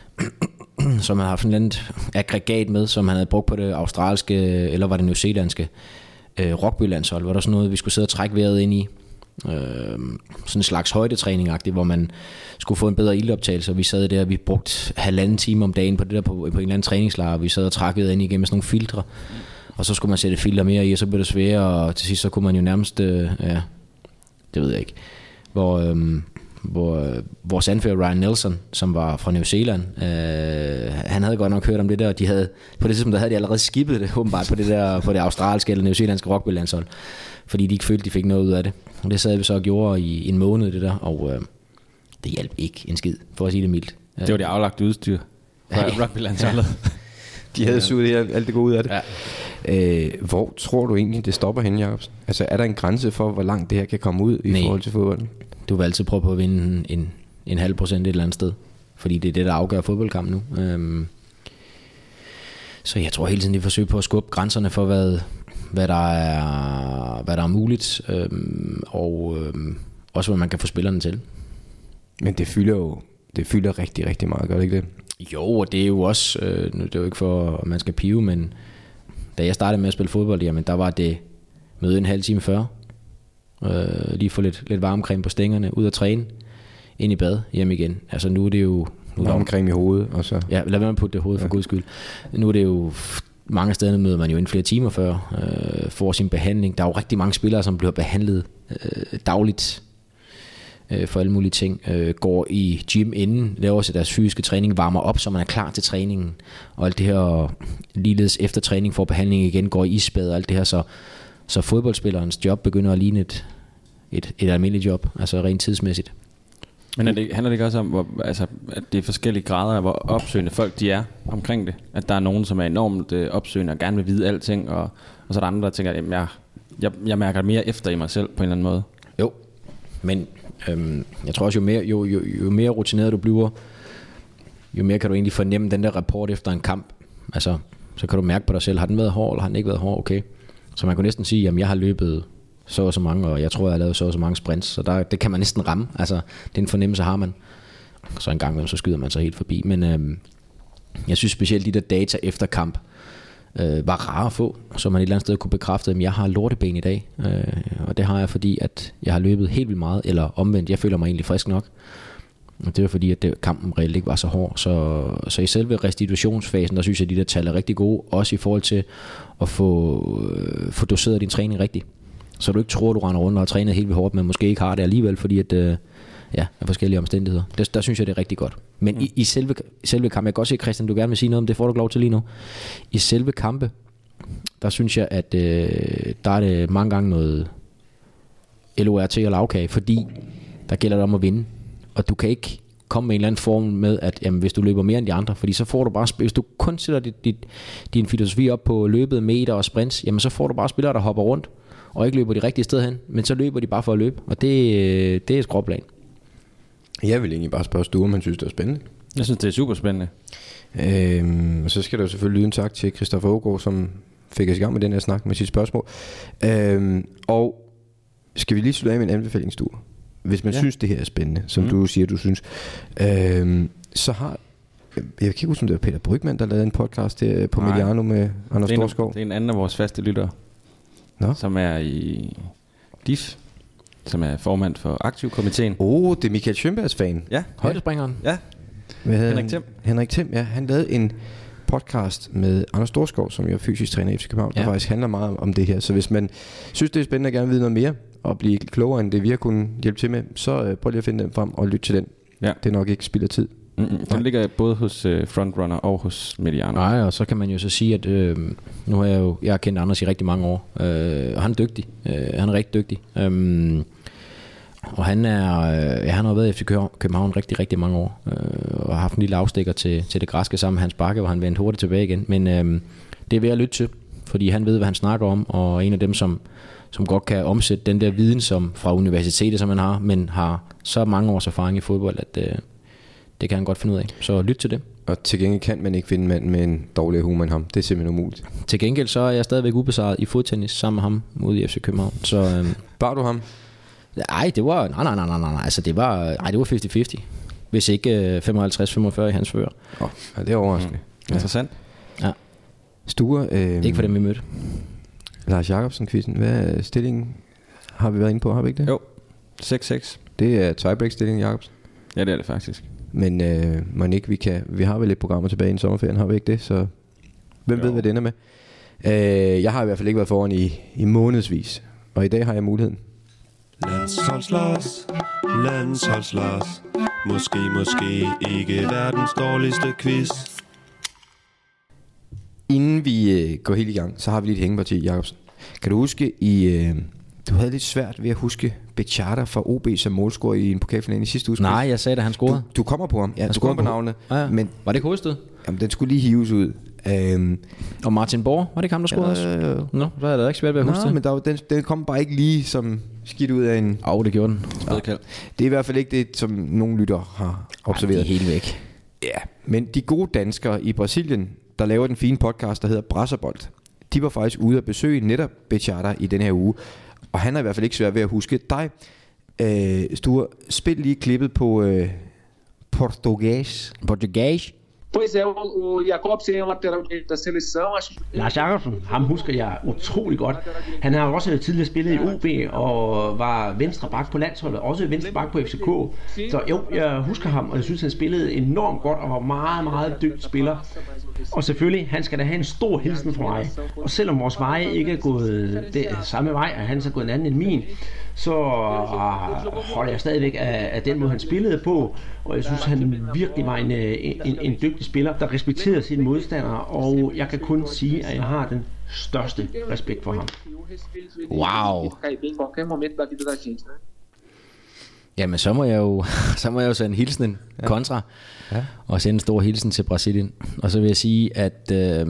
som havde haft en eller anden aggregat med, som han havde brugt på det australske, eller var det newzealandske øh, rugbylandshold, hvor der sådan noget, vi skulle sidde og trække vejret ind i. Øh, sådan en slags højdetræning-agtigt, hvor man skulle få en bedre iltoptagelse, og vi sad der, vi brugte halvanden time om dagen på det der på, på en eller anden træningslejr, og vi sad og trækkede ind igennem sådan nogle filtre. og så skulle man sætte filter mere i, og så blev det sværere, og til sidst så kunne man jo nærmest, øh, ja, det ved jeg ikke, hvor, øh, hvor øh, vores anfører Ryan Nelson, som var fra New Zealand, øh, han havde godt nok hørt om det der, og de havde, på det tidspunkt der havde de allerede skippet det, åbenbart på det der, på det australske eller newzealandske rugbylandshold, fordi de ikke følte, de fik noget ud af det. Og det sad vi så og gjorde i en måned, det der, og øh, det hjalp ikke en skid, for at sige det mildt. Det var det aflagte udstyr fra ja. rugbylandsholdet. De havde suget alt, alt det gode ud af det. Ja. Øh, hvor tror du egentlig, det stopper hen, Jacobsen? Altså, er der en grænse for, hvor langt det her kan komme ud i Nej. forhold til fodbolden? Du vil altid prøve på at vinde en, en, en halv procent et eller andet sted. Fordi det er det, der afgør fodboldkampen nu. Øhm, så jeg tror hele tiden, de forsøger på at skubbe grænserne for, hvad, hvad, der, er, hvad der er muligt. Øhm, og øhm, også, hvad man kan få spillerne til. Men det fylder jo det fylder rigtig, rigtig meget, gør det ikke det? Jo, og det er jo også, øh, det er jo ikke for, at man skal pive, men da jeg startede med at spille fodbold, jamen der var det møde en halv time før. Øh, lige få lidt, lidt varmecreme på stængerne, ud at træne, ind i bad, hjem igen. Altså nu er det jo... Varmecreme i hovedet, og så... Ja, lad være med at putte det i hovedet, for ja. guds skyld. Nu er det jo... Mange steder møder man jo inden flere timer før, øh, får sin behandling. Der er jo rigtig mange spillere, som bliver behandlet øh, dagligt øh, for alle mulige ting. Øh, går i gym inden, laver sig deres fysiske træning, varmer op, så man er klar til træningen. Og alt det her, ligeledes efter træning får behandling igen, går i isbad og alt det her, så... Så fodboldspillerens job begynder at ligne et, et, et almindeligt job, altså rent tidsmæssigt. Men er det, handler det ikke også om, hvor, altså, at det er forskellige grader af, hvor opsøgende folk de er omkring det? At der er nogen, som er enormt øh, opsøgende og gerne vil vide alting, og, og så er der andre, der tænker, at jeg, jeg, jeg mærker mere efter i mig selv på en eller anden måde. Jo, men øhm, jeg tror også, jo mere, jo, jo, jo mere rutineret du bliver, jo mere kan du egentlig fornemme den der rapport efter en kamp. Altså, så kan du mærke på dig selv, har den været hård, eller har den ikke været hård, okay? Så man kunne næsten sige, at jeg har løbet så og så mange, og jeg tror, jeg har lavet så og så mange sprints. Så der, det kan man næsten ramme. Altså, den fornemmelse har man. Så en gang imellem, så skyder man sig helt forbi. Men øhm, jeg synes specielt, de der data efter kamp øh, var rare at få, så man et eller andet sted kunne bekræfte, at jeg har lorteben i dag. Øh, og det har jeg, fordi at jeg har løbet helt vildt meget, eller omvendt, jeg føler mig egentlig frisk nok. Og det var fordi, at det, kampen reelt ikke var så hård. Så, så i selve restitutionsfasen, der synes jeg, at de der tal er rigtig gode. Også i forhold til at få, øh, få doseret din træning rigtigt. Så du ikke tror, du render rundt og har trænet helt vildt hårdt, men måske ikke har det alligevel, fordi at, øh, ja, af forskellige omstændigheder. Der, der synes jeg, det er rigtig godt. Men mm. i, i selve, selve kampe, jeg kan godt se, Christian, du gerne vil sige noget om det, får du lov til lige nu. I selve kampe, der synes jeg, at øh, der er det mange gange noget L O R T og lavkage, fordi der gælder det om at vinde. Og du kan ikke komme med en eller anden form med, at jamen, hvis du løber mere end de andre, fordi så får du bare, hvis du kun sætter dit, dit, din filosofi op på løbet, meter og sprints, jamen så får du bare spillere, der hopper rundt, og ikke løber de rigtige sted hen, men så løber de bare for at løbe, og det, det er et skråplan. Jeg vil egentlig bare spørge Stue, om han synes, det er spændende. Jeg synes, det er super spændende. Øhm, og så skal der jo selvfølgelig lyde en tak til Christoffer Aagaard, som fik os i gang med den her snak med sit spørgsmål. Øhm, og skal vi lige slutte af med en anbefaling, Stue? Hvis man ja. synes, det her er spændende, som mm. du siger, du synes, øhm, så har... Jeg kan ikke huske, om det var Peter Brygman, der lavede en podcast der på Nej. Mediano med Anders Storskov. Det er en anden af vores faste lyttere, Nå? som er i D I F, som er formand for Aktivkomiteen. Åh, oh, det er Michael Schønbergs fan. Ja. Højdespringeren. Ja. Henrik Thiem. Henrik Thiem, ja. Han lavede en podcast med Anders Storskov, som jo er fysisk træner i F C København, ja. der faktisk handler meget om det her. Så hvis man synes, det er spændende og gerne vil vide noget mere, og blive klogere end det, vi har kunnet hjælpe til med, så øh, prøv lige at finde den frem og lytte til den. Ja. Det er nok ikke spild af tid. Mm-hmm. Den ligger både hos øh, Frontrunner og hos Mediano. Nej, og så kan man jo så sige, at øh, nu har jeg jo jeg har kendt Anders i rigtig mange år, øh, og han er dygtig. Øh, han er rigtig dygtig. Øh, og han er, øh, ja, han har været i F C København rigtig, rigtig mange år, øh, og har haft en lille afstikker til, til det græske sammen med Hans Bakke, hvor han vendte hurtigt tilbage igen. Men øh, det er ved at lytte til, fordi han ved, hvad han snakker om, og en af dem, som som godt kan omsætte den der viden som fra universitetet, som man har, men har så mange års erfaring i fodbold, at øh, det kan han godt finde ud af. Så lyt til det. Og til gengæld kan man ikke finde en mand med en dårligere humor end ham. Det er simpelthen umuligt. Til gengæld så er jeg stadigvæk ubesejret i fodtennis sammen med ham ude i F C København. Så øh, bar du ham? Nej, det var nej nej nej nej nej. Altså det var nej, det var halvtreds halvtreds. Hvis ikke øh, femoghalvtreds femogfyrre i hans fører. Åh, oh, ja, det er overraskende. Mm. Interessant. Ja. Sture, øh, ikke for dem vi mødte. Lars Jacobsen-quizzen, hvad er stillingen? Har vi været inde på, har vi ikke det? Jo, seks seks. Det er tiebreak-stillingen, Jacobsen. Ja, det er det faktisk. Men øh, man ikke, vi, kan, vi har vel lidt programmer tilbage i sommerferien, har vi ikke det? Så hvem jo. ved, hvad det ender med? Øh, jeg har i hvert fald ikke været foran i, i månedsvis, og i dag har jeg muligheden. Landsholds Lars, Landsholds Lars. Måske, måske ikke verdens dårligste quiz. Inden vi øh, går helt i gang, så har vi lige et hængeparti, Jacobsen. Kan du huske, i, øh, du havde lidt svært ved at huske Bechata fra O B som målscorer i en pokalfinale i sidste uge? Nej, jeg sagde, at han scorede. Du, du kommer på ham. Ja, han du kommer på navnet. Ja, ja. Men var det ikke hovedstød? Jamen, den skulle lige hives ud. Um, og Martin Borg, var det ikke ham, der scorede også? Ja, ja, ja. Nå, så er det ikke svært ved at huske det. Men der var, den, den kom bare ikke lige som skidt ud af en... Åh, oh, det gjorde den. Ja. Det er i hvert fald ikke det, som nogle lytter har observeret. Ej, de er helt væk. Ja, men de gode danskere i Brasilien, der laver den fine podcast, der hedder Brasserbold, de var faktisk ude at besøge netop Bechata i den her uge. Og han er i hvert fald ikke svært ved at huske dig. Øh, Sture, spil lige klippet på øh, portugæs. Portugæs? Pois é, o Jacobsen er lateral da seleção. Lars Jacobsen, ham husker jeg utrolig godt. Han har også tidligere spillet i O B og var venstre bak på landsholdet, også venstre bak på F C K. Så jo, jeg husker ham, og jeg synes, han spillede enormt godt og var meget, meget dygtig spiller. Og selvfølgelig, han skal da have en stor hilsen fra mig. Og selvom vores veje ikke er gået det samme vej, og han er gået en anden end min, så holder jeg stadigvæk af, af den måde, han spillede på. Og jeg synes, han virkelig var en, en, en dygtig spiller, der respekterede sine modstandere. Og jeg kan kun sige, at jeg har den største respekt for ham. Wow. Jamen, så må jeg jo, så må jeg jo sende hilsen kontra, ja. Og sende en stor hilsen til Brasilien. Og så vil jeg sige, at øh,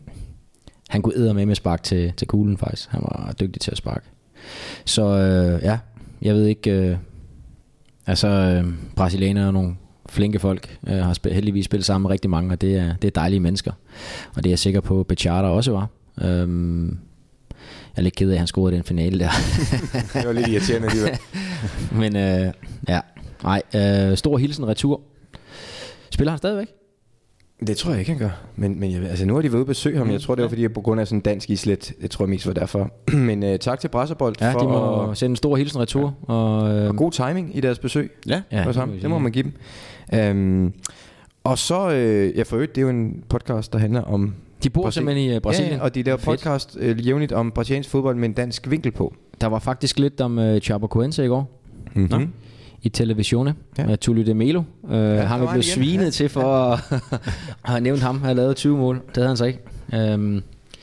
han kunne eddermame med spark til, til kuglen faktisk. Han var dygtig til at sparke. Så øh, ja, jeg ved ikke, øh, altså øh, brasilianere er nogle flinke folk, øh, har spil, heldigvis spillet sammen med rigtig mange, og det er, det er dejlige mennesker. Og det er jeg sikker på, at Bechata også var. Øh, Jeg er lidt ked af, at han scorede den finale der. Det var lidt irriterende alligevel. Men øh, ja, nej, øh, stor hilsen retur. Spiller han stadigvæk? Det tror jeg ikke, han gør. Men, men jeg, altså, nu har de været ude at besøge ham. Jeg tror, det var fordi, jeg på grund af sådan dansk islet. Jeg tror mest var derfor. Men øh, tak til Brasserbold ja, for de må at, sende en stor hilsen retur. Ja. Og, øh, og god timing i deres besøg. Ja, ja det, det må man give dem. Øhm, og så, øh, jeg for øvrigt, det er jo en podcast, der handler om... De bor Brasil- simpelthen i uh, Brasilien. Ja, og de laver podcast øh, jævnligt om brasiliansk fodbold med en dansk vinkel på. Der var faktisk lidt om uh, Chapecoense i går. Mm-hmm. I Televisione ja. Med Tulio de Melo. Uh, ja, han er blevet svinet ja. til for at have nævnt ham. Han har lavet tyve mål. Det havde han så ikke. Um,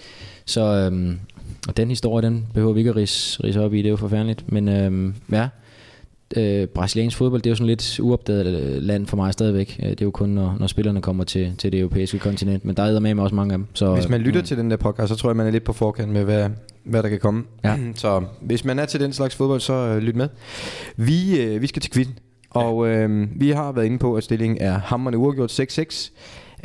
så um, og den historie, den behøver vi ikke at ridse, ridse op i. Det er jo forfærdeligt. Men um, ja, uh, brasiliansk fodbold, det er jo sådan lidt uopdaget land for mig stadigvæk. Det er jo kun, når, når spillerne kommer til, til det europæiske kontinent. Men der er med også mange af dem. Så, hvis man lytter mm. til den der podcast, så tror jeg, man er lidt på forkant med, hvad, hvad der kan komme. Ja. Så hvis man er til den slags fodbold, så uh, lyt med. Vi, uh, vi skal til quizzen. Og uh, vi har været inde på, at stillingen er hamrende uafgjort seks seks. Uh,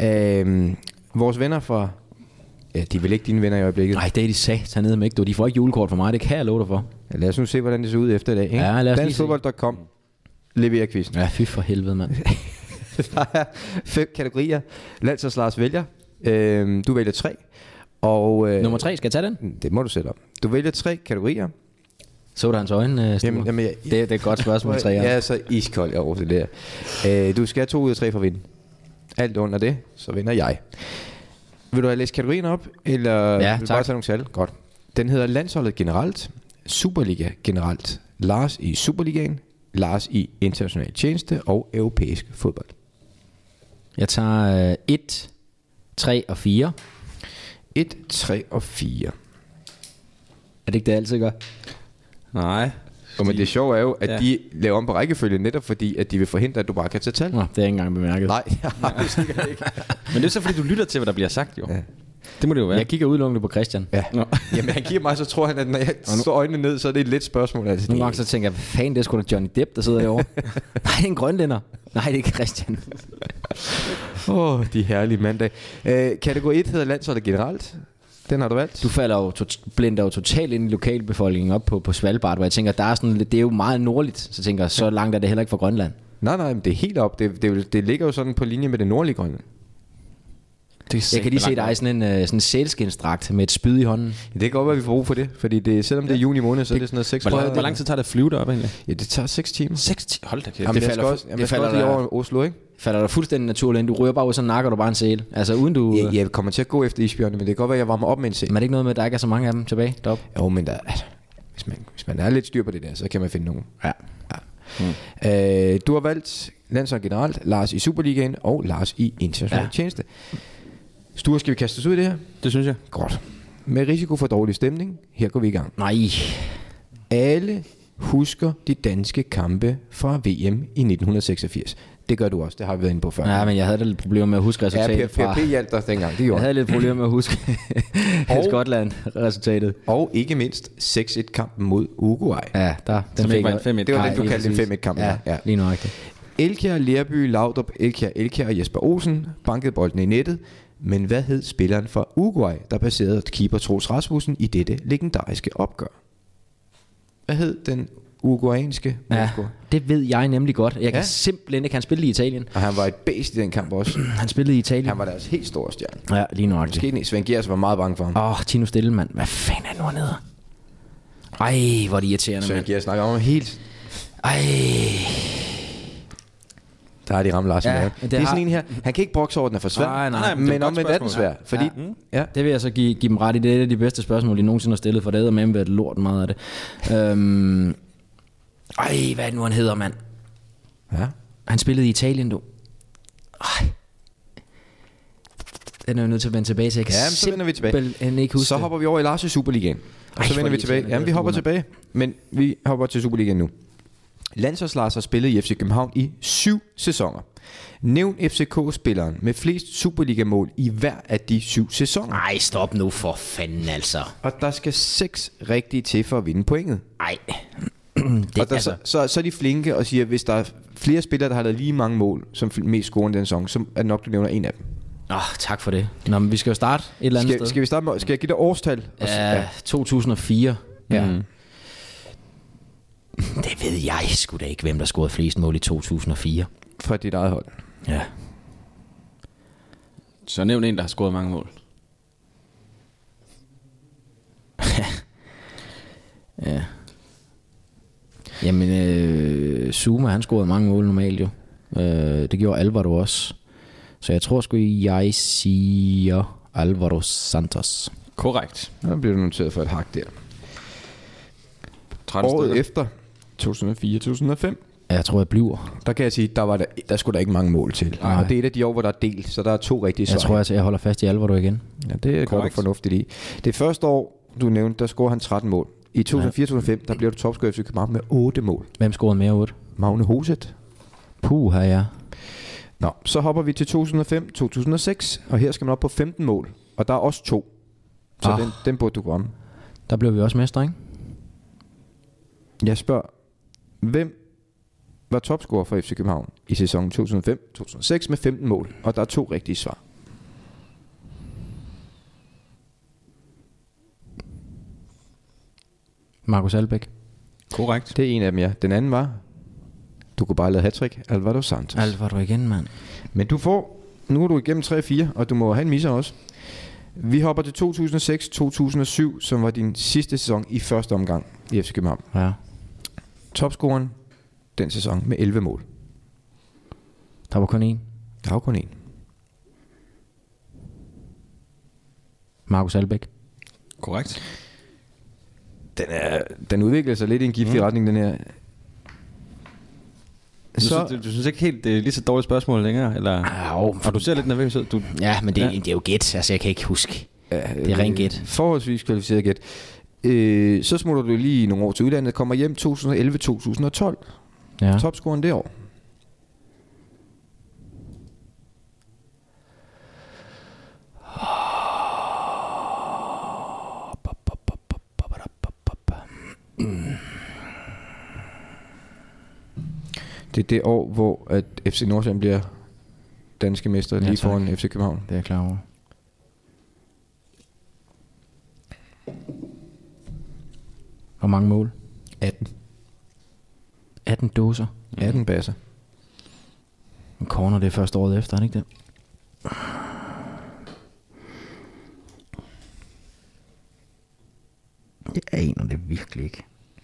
vores venner fra... Ja, de er vel ikke dine venner i øjeblikket? Nej, det er de sat nede med ikke. De får ikke julekort for mig, det kan jeg love dig for. Ja, lad os nu se, hvordan det ser ud efter i dag. Ikke? Ja, lad os dansk fodbold punktum com leverer quizzen. Ja, fy for helvede, mand. Der er fem kategorier. Landsholds Lars vælger. Øh, du vælger tre. Og, øh, nummer tre, skal jeg tage den? Det må du selv om. Du vælger tre kategorier. Så der hans øjne, øh, jamen, jamen, jeg, det, det er et godt spørgsmål, tre. Jeg er så iskold over det der. Øh, du skal have to ud af tre for at vinde. Alt under det, så vinder jeg. Vil du have læst kategorien op, eller ja, vil du bare tage nogle tal? Godt. Den hedder Landsholdet generelt, Superliga generelt, Lars i Superligaen, Lars i international tjeneste og europæisk fodbold. Jeg tager et, tre og fire. et, tre og fire. Er det ikke det, jeg altid gør? Nej. Og men det sjove er jo, at ja. de laver om på rækkefølge netop fordi, at de vil forhindre, at du bare kan tage tal. Nå, det er ikke engang bemærket. Nej, jeg har det sikkert ikke. Men det er så fordi, du lytter til, hvad der bliver sagt, jo. Ja. Det må det jo være. Jeg kigger udelukkende på Christian. Ja. Jamen han giver mig, så tror han, at når jeg slår øjnene ned, så er det et let spørgsmål. Altså, nogle gange så tænker jeg, hvad fanden, det er sgu da Johnny Depp, der sidder derovre. Nej, det er en grønlænder. Nej, det er ikke Christian. Åh, oh, de herlige mandag. Øh, kategori et hedder landsholdet generelt. Den har du valgt. Du falder jo to- blinder jo totalt ind i lokalbefolkningen op på, på Svalbard, hvor jeg tænker, der er sådan, det er jo meget nordligt. Så jeg tænker, så langt er det heller ikke fra Grønland. Nej, nej, men det er helt op. Det, det, det ligger jo sådan på linje med det nordlige Grønland. Jeg kan lige se dig i sådan en uh, sådan en sælskindsdragt med et spyd i hånden. Ja, det kan godt være, vi får brug for det, fordi det, selvom det er juni måned, så er det sådan noget seks Hvor, hvor lang tid tager det at flyve derop egentlig? Ja, det tager seks timer. seks timer? Hold da kæft. Jamen, Det det falder falder fu- også, jamen, det det falder falder også lige der- over Oslo, ikke? Falder der fuldstændig naturligt ind. Du ryger bare ud, så nakker du bare en sæl. Altså uden du... Jeg, jeg kommer til at gå efter isbjørnene, men det kan godt være, at jeg varmer op med en sæl. Men er det ikke noget med, at der ikke er så mange af dem tilbage deroppe? Jo, men der, altså, hvis, man, hvis man er lidt styr på det der, så kan man finde nogen. Ja. Mm. Øh, du har valgt landshold generelt, Lars i Superligaen og Lars i international ja. tjeneste. Sture, skal vi kaste os ud i det her? Det synes jeg. Godt. Med risiko for dårlig stemning, her går vi i gang. Nej. Alle husker de danske kampe fra V M i nitten seksogfirs. Det gør du også, det har vi været inde på før. Ja, men jeg havde da lidt problemer med at huske Ja, resultatet Per fra... P hjalp dig dengang, det Jeg gjorde havde lidt problemer med at huske Og- Skotland-resultatet. Og ikke mindst seks et-kampen mod Uruguay. Ja, der, den Som fik ikke var jeg- en fem et. Det var Nej, den, du lige kaldte en præcis. fem et-kamp. Ja, ja. lige nøjagtigt. Elkjær, Lerby, Laudrup, Elkjær, Elkjær og Jesper Olsen bankede bolden i nettet. Men hvad hed spilleren fra Uruguay, der baserede keeper Troels Rasmussen i dette legendariske opgør? Hvad hed den uruguayanske Ja, målscorer? det ved jeg nemlig godt. Jeg kan Ja. simpelthen ikke... Han spillede i Italien. Og han var et bæst i den kamp også. Han spillede i Italien. Han var deres helt store stjerne. Ja, lige nøjagtigt. Måske Svend Gers var meget bange for ham. Åh, oh, Tino Stillemann. Hvad fanden er det nu hernede? Ej, hvor er det irriterende, Svend mand. Gers snakker om ham helt. Ej. Der er de ramt Larsen. Ja, Ja, men det, det det er har- sådan en her. Han kan ikke brokse over, den er for svær. Nej, nej, nej, men det er et men godt omvendt er den svær. spørgsmål. Fordi, Ja. ja. Ja. Det vil jeg så give, give dem ret i. Det er et af de bedste spørgsmål, de nogensinde har stillet, for det er med været lort meget af det. Øhm. Ej, hvad er det nu, han hedder, mand? ja. Han spillede i Italien, du. Ej. Den er jo nødt til at vende tilbage til. Jeg kan Ja, men så vender vi tilbage. simpelthen ikke huske Så det. hopper vi over i Lars i Superligaen. Og Ej, så hvor vender vi irriterende, tilbage. det Jamen, vi er hopper for tilbage. Men vi hopper til Superligaen nu. Landsholds Lars har spillet i F C København i syv sæsoner. Nævn F C K-spilleren med flest Superliga-mål i hver af de syv sæsoner. Ej, stop nu for fanden, altså. Og der skal seks rigtige til for at vinde pointet. Ej. Det, og der, altså. så, så, så er de flinke og siger, at hvis der er flere spillere, der har lavet lige mange mål, som mest scorer den sæson, så er det nok, du nævner en af dem. Åh, oh, tak for det. Nå, men vi skal jo starte et eller andet Skal, sted. skal vi starte med, skal jeg give dig årstal? Og så- Ja, to tusind og fire. Ja. Mm. Det ved jeg sgu da ikke, hvem der scorede flest mål i to tusind og fire. Fra dit eget hold. Ja. Så nævn en, der har scoret mange mål. Ja. Jamen, øh, Zuma, han scorede mange mål normalt jo. Øh, det gjorde Alvaro også. Så jeg tror sgu, jeg siger Alvaro Santos. Korrekt. Der bliver du noteret for et hak der. tretten Året stykker. efter, to tusind og fire til to tusind og fem, Jeg tror, jeg bliver. der kan jeg sige, der, var der, der skulle der ikke mange mål til. Nej. Og det er et af de år, hvor der er delt, så der er to rigtige svar. Jeg tror, jeg, jeg holder fast i Alvaro igen. Ja, det gør du Korrekt. fornuftigt i. Det første år, du nævnte, der scorede han tretten mål. I to tusind og fire til to tusind og fem, der bliver du topscorer i F C København med otte mål. Hvem scorede mere otte? Magne Hoset. Puh, her ja. Nå, så hopper vi til to tusind og fem til to tusind og seks, og her skal man op på femten mål. Og der er også to. Så Ah. den, den burde du gå om. Der blev vi også mestre, ikke? Jeg spørger, hvem var topscorer for F C København i sæsonen to tusind og fem til to tusind og seks med femten mål? Og der er to rigtige svar. Markus Albeck. Korrekt. Det er en af dem, ja. Den anden var, du kunne bare lade hattrick, Alvaro Santos. Alvaro igen, mand. Men du får, nu er du igennem tre fire, og du må have en misser også. Vi hopper til to tusind og seks til to tusind og syv, som var din sidste sæson i første omgang i F C København. Ja. Topscoren den sæson med elleve mål. Der var kun én. Der er jo kun en. Markus Albeck. Korrekt. Den, er, den udvikler sig lidt i en giftig mm. retning, den her. Du, Så, synes, du, du synes ikke helt, det er lige så dårligt spørgsmål længere? Eller? Au, Og du ser lidt nervøs ud. Du, Ja, men det, Ja. ja. det er jo gæt. Altså, jeg kan ikke huske. ja, det er ren gæt. Forholdsvis kvalificeret gæt. Øh, så smutter du lige nogle år til udlandet, kommer hjem to tusind og elleve til to tusind og tolv. Ja. Topscoren det år. Det er det år, hvor at F C Nordsjælland bliver danske mester, Ja, lige tak. foran F C København. Det er jeg klar over. Hvor mange mål? atten. atten dåser. atten basser. En corner, det er første året efter, er det ikke det? Det aner det virkelig ikke.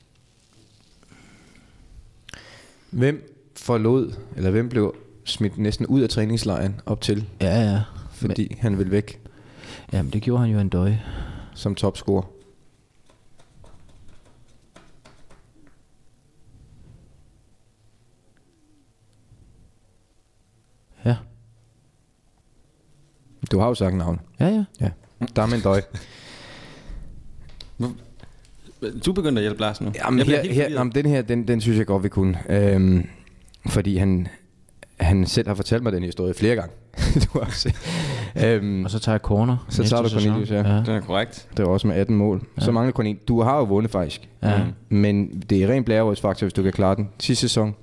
Hvem forlod, eller hvem blev smidt næsten ud af træningslejren op til, Ja, ja. fordi men, han ville væk Jamen, det gjorde han jo en døje. som topscorer? Ja. Du har jo sagt navn. Ja, ja. Ja. Der er med en døj. Du begynder at hjælpe Lars nu. Jamen, Jeg bliver her, helt her, forvirret. jamen, den her, den, den synes jeg godt, vi kunne. Øhm, fordi han, han selv har fortalt mig den historie flere gange. Du har også. Øhm, Og så tager jeg corner. så næste tager du sæson. Cornelius, ja. Ja. Den er korrekt. Det var også med atten mål. Ja. Så mangler kun en. Du har jo vundet faktisk. Ja. Men det er rent blærerådsfaktor, hvis du kan klare den. Sidste sæson.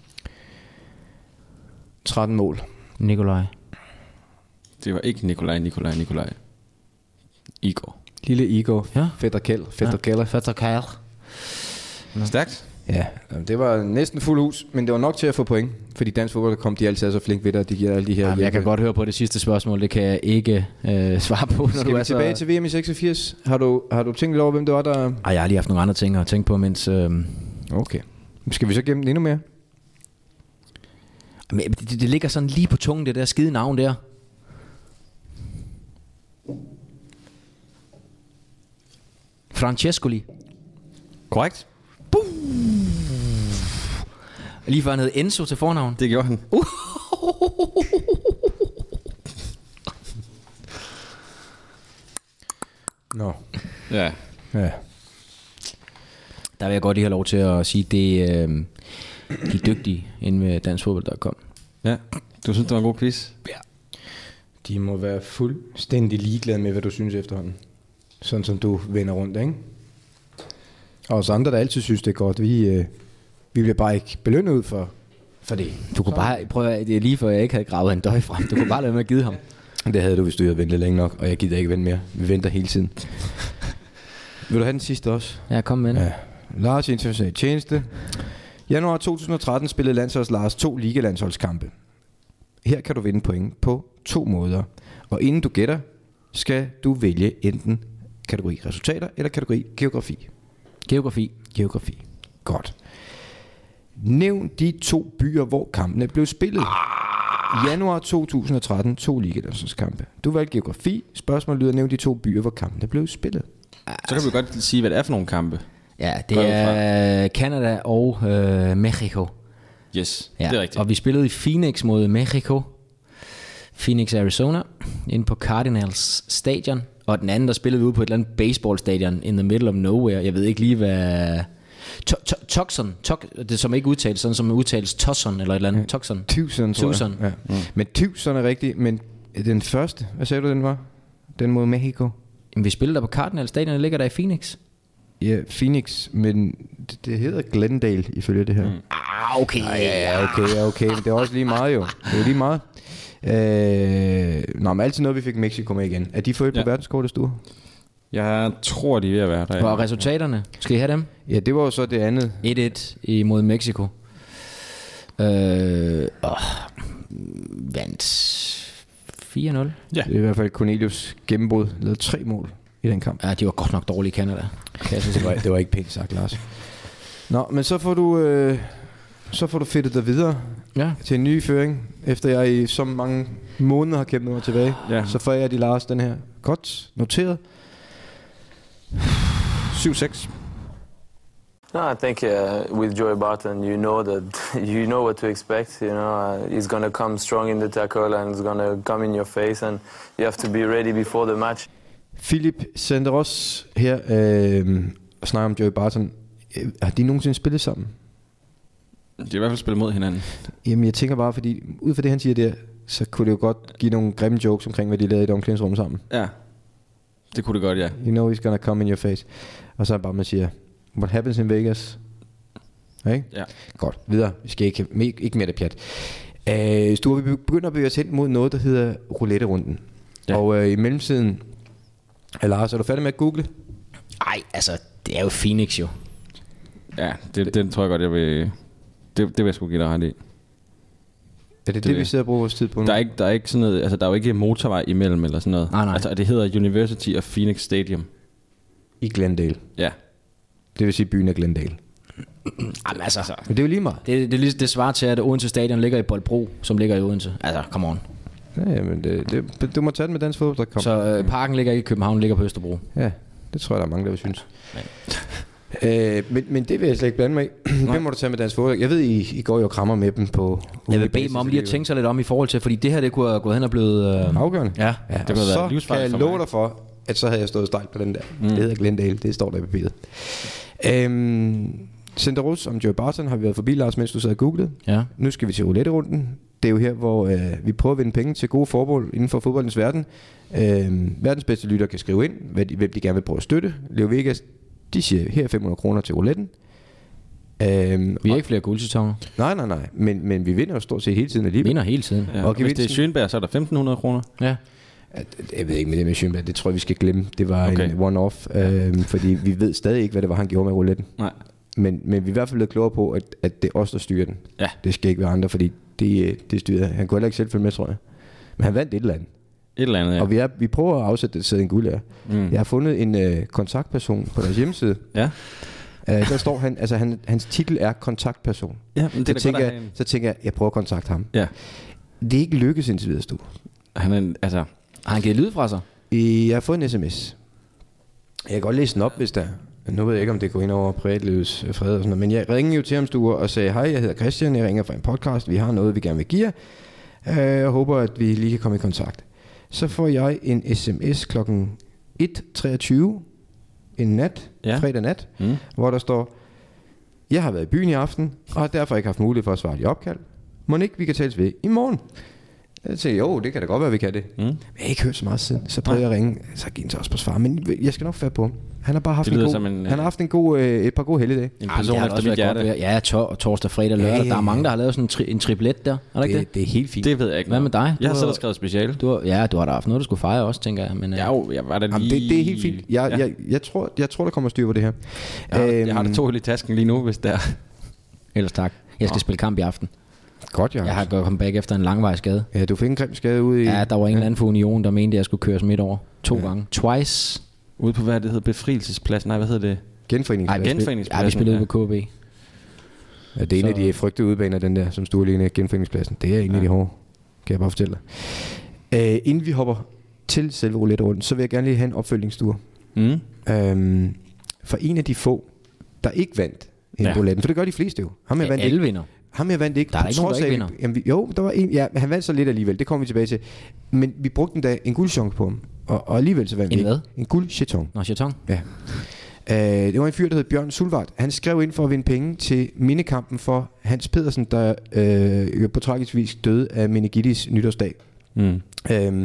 tretten mål. Nikolaj. Det var ikke Nikolaj, Nikolaj, Nikolaj. Igor. Lille Igor. Ja. Fætter Kjeld. Fætter Ja. Keller. Fatter Kyle. Stærkt. Ja, det var næsten fuld hus, men det var nok til at få point. Fordi dansk fodbold kom, de altid er så flink ved dig, de giver alle de her Jamen, jeg hjælpe. kan godt høre på det sidste spørgsmål. Det kan jeg ikke øh, svare på, når Skal du vi er tilbage så... til V M i seksogfirs? Har du, har du tænkt lidt over, hvem det var, der... Ej, jeg har lige haft nogle andre ting at tænke på, mens... Øh... Okay. Skal vi så gemme den endnu mere? Men det, det ligger sådan lige på tungen, det der skide navn der. Francescoli. Korrekt. Lige før han hed Enzo til fornavn. Det gjorde han. Uh. Nå. Ja. Ja. Der vil jeg godt lige have lov til at sige, det er øh, de er dygtige inde ved danskfodbold punktum com. Ja. Du synes, det var en god quiz? Ja. De må være fuldstændig ligeglade med, hvad du synes efterhånden. Sådan som du vender rundt, ikke? Og os andre, der altid synes, det er godt, vi, øh, vi bliver bare ikke belønnet ud for, for det. Du kunne bare prøve at, det er lige før jeg ikke havde gravet en døj frem. Du kunne bare lade med at give ham. Det havde du, hvis du havde ventet længe nok, og jeg gider ikke vente mere. Vi venter hele tiden. Vil du have den sidste også? Ja, kom med. Ja. Lars i international tjeneste. Januar to tusind og tretten spillede landsholds Lars to ligalandsholdskampe. Her kan du vinde point på to måder. Og inden du gætter, skal du vælge enten kategori resultater eller kategori geografi. Geografi. Geografi. Godt. Nævn de to byer, hvor kampene blev spillet. Januar to tusind og tretten, to ligalandsholdskampe. Du valgte geografi. Spørgsmålet lyder, nævn de to byer, hvor kampene blev spillet. Så kan vi godt sige, hvad det er for nogle kampe. Ja, det er Canada og øh, Mexico. Yes, Ja. det er rigtigt. Og vi spillede i Phoenix mod Mexico. Phoenix, Arizona. Inde på Cardinals stadion. Og den anden, der spillede vi ude på et eller andet baseballstadion in the middle of nowhere. Jeg ved ikke lige, hvad... Tucson, det som ikke udtales, sådan som udtales Tucson eller et eller andet. Tucson. Tucson, tror Tucson. jeg. Ja. Mm. Men Tucson er rigtigt, men den første, hvad sagde du, den var? Den mod Mexico? Jamen, vi spillede der på Cardinals stadion, det ligger der i Phoenix. Ja, Phoenix, men det, det hedder Glendale ifølge det her. Mm. Ah, okay. Ah, ja, ja, okay, ja, okay, men det er også lige meget jo. Det er jo lige meget. Øh, nå, men altid noget, vi fik Mexico med igen. Er de født ja. på verdenskortet, du? Jeg tror, de er ved at være der. Og resultaterne, skal I have dem? Ja, det var jo så det andet. et-et imod Mexico. Øh, åh, vandt fire nul. Ja. Det er i hvert fald Cornelius gennembrud. Lavede tre mål i den kamp. Ja, de var godt nok dårlige i Canada. Det var, det var ikke pænt sagt, Lars. Nå, men så får du øh, så får du fedtet dig videre Ja. til en ny føring. Efter jeg i så mange måneder har kæmpet mig tilbage. Ja. Så får jeg de Lars den her. Godt, noteret. syv seks. No, I think uh, with Joey Barton, you know that you know what to expect. You know, uh, he's going to come strong in the tackle and he's going to come in your face, and you have to be ready before the match. Philip Senderos her øh, og snakker om Joey Barton. Øh, Har de nogensinde spillet sammen? De har i hvert fald spillet mod hinanden. Jamen jeg tænker bare, fordi ud fra det han siger der, så kunne det jo godt give nogle grimme jokes omkring, hvad de lavede i et omklædningsrum sammen. Ja, det kunne det godt, ja. You know he's gonna come in your face. Og så er det bare, man siger, what happens in Vegas? Okay? Ja. Godt, videre. Vi skal ikke, ikke mere det pjat. Uh, Sture, vi begynder at bevæge os hen mod noget, der hedder roulette-runden. Ja. Og uh, i mellemtiden, Lars, er du færdig med at google? Ej, altså, det er jo Phoenix jo. Ja, det, den tror jeg godt, jeg vil... Det, det vil jeg sgu give dig ret i. Er det det, Det- det vi sidder og bruger vores tid på nu? Der er ikke, der er ikke sådan noget, altså der er jo ikke motorvej imellem eller sådan noget. Nej, nej. Altså det hedder University of Phoenix Stadium. i Glendale. Ja. Det vil sige byen af Glendale. Jamen altså, Men det er jo lige meget. det, det, det, det svarer til, at Odense Stadion ligger i Bolbro, som ligger i Odense. Altså, come on. Ja, men det, det, du må tage den med dansk fodbold punktum com. Så øh, parken ligger ikke i København, den ligger på Østerbro. Ja, det tror jeg, der er mange, der vil synes. øh, men, men det vil jeg slet ikke blande mig i. Det må du tage med dansk fodbold. Jeg ved, I, I går jo og krammer med dem på... Jeg vil bede dem om lige at tænke sig lidt om i forhold til, fordi det her, det kunne have gået hen og blevet... Øh... Afgørende. Ja, ja det kunne så være livsfarligt kan jeg for love mig. dig for, at så havde jeg stået stejlt på den der. Mm. Det hedder Glendale, det står der i papiret. Øhm, Senderos om Joey Barton har vi været forbi, Lars, mens du sad og googlede. Ja. Nu skal vi til roulette-runden. Det er jo her, hvor øh, vi prøver at vinde penge til gode formål inden for fodboldens verden. Øh, verdens bedste lytter kan skrive ind, hvad de, hvem de gerne vil prøve at støtte. Leo Vegas, de siger, her er fem hundrede kroner til rouletten. Øh, Vi har ikke flere guldsetoner. Nej, nej, nej. Men, men vi vinder jo stort set hele tiden Vi alligevel. vinder hele tiden. Ja. Og Og hvis det er gevinsten- Schönberg, så er der femten hundrede kroner. Ja. At- Jeg ved ikke med det med Schönberg, det tror jeg, vi skal glemme. Det var okay. Okay. en one-off, øh, fordi vi ved stadig ikke, hvad det var, han gjorde med rouletten. Nej. Men, men vi er i hvert fald blevet klogere på, at, at det er os, der styrer den. Ja. Det skal ikke være andre, fordi det, det styrer. Han kunne heller ikke selv følge med, tror jeg. Men han vandt et eller andet. Et eller andet, Ja. ja. Og vi, er, vi prøver at afsætte det til en guldlærer. Mm. Jeg har fundet en øh, kontaktperson på deres hjemmeside. Ja. Uh, der står han, altså han, hans titel er kontaktperson. Ja, men det så, er da tænker godt jeg, at have en- så tænker jeg, jeg prøver at kontakte ham. Ja. Det er ikke lykkes indtil videre, Stu. Han er en, altså... Har han givet lyd fra sig? Øh, Jeg har fået en sms. Jeg kan godt læse den op, hvis der. Nu ved jeg ikke, om det går ind over privatlivets fred og sådan noget. Men jeg ringede jo til ham, Stu, og sagde, hej, jeg hedder Christian, jeg ringer fra en podcast. Vi har noget, vi gerne vil give jer. Uh, Jeg håber, at vi lige kan komme i kontakt. Så får jeg en sms klokken et treogtyve en nat, Ja. fredag nat, Mm. hvor der står, jeg har været i byen i aften, og har derfor ikke haft mulighed for at svare de opkald. Må ikke, vi kan tales ved i morgen. Jeg tænkte, jo, det kan da godt være, vi kan det. Mm. Men jeg har ikke hørt så meget siden. Så prøvede jeg at ringe, så gik han så også på svar. Men jeg skal nok færre på ham. Han har bare haft Det en lyder god, som en, han har haft en god, øh, et par gode helligdage. En Ah, person det har efter også mit været godt hjerte. være. Ja, tor- torsdag, fredag, lørdag. Ja, ja, Der er mange, ja. der har lavet sådan en, tri- en triplet der. Er der ikke det? Det, det er helt fint. Det ved jeg ikke. Hvad med dig? Jeg har Du selv har- skrevet speciale. Du har, ja, du har da haft noget, du skulle fejre også, tænker jeg. Men, Ja, jo, jeg var da lige... Jamen, det, det er helt fint. Jeg, Ja. jeg, jeg, tror, jeg tror, der kommer styr på det her. Jeg har, jeg har Øhm, da to hul i tasken lige nu, hvis det er. Ellers tak. Jeg skal spille kamp i aften. Godt, jeg, Jeg har gået comeback efter en langvej skade. Ja, du fik en grim skade ude i... Ja, der var en eller anden for Union, der mente, at jeg skulle køres midt over. To Ja. gange. Twice. Ude på, hvad det hedder, befrielsespladsen. Nej, hvad hedder det? Genforeningspladsen. Ej, genforeningspladsen. Ja, vi spillede ja. ude på K B. Ja, det er en af Så- de frygtede udbaner, den der, som stod lige genforeningspladsen. Det er en af de hårde, kan jeg bare fortælle dig. Uh, inden vi hopper til selve roulette-runden, så vil jeg gerne lige have en opfølgningstur. Mm. Um, for en af de få, der ikke vandt en Ja. rouletten, for det gør de fleste jo. Ham jeg Ja, vandt alle ikke. vinder. Ham jeg vandt ikke. Der er på ikke nogen, trods der ikke af- vinder. Jamen, vi, jo, der var en, ja, men han vandt så lidt alligevel. Det kommer vi tilbage til. Men vi brugte en dag en guldchance på ham. Og, og alligevel så vandt En vi hvad? ikke. En guldcheton. Nå, Chaton. Ja. Uh, det var en fyr, der hed Bjørn Sulvart. Han skrev ind for at vinde penge til mindekampen for Hans Pedersen, der uh, på tragisk vis døde af meningitis nytårsdag. Mm. Uh,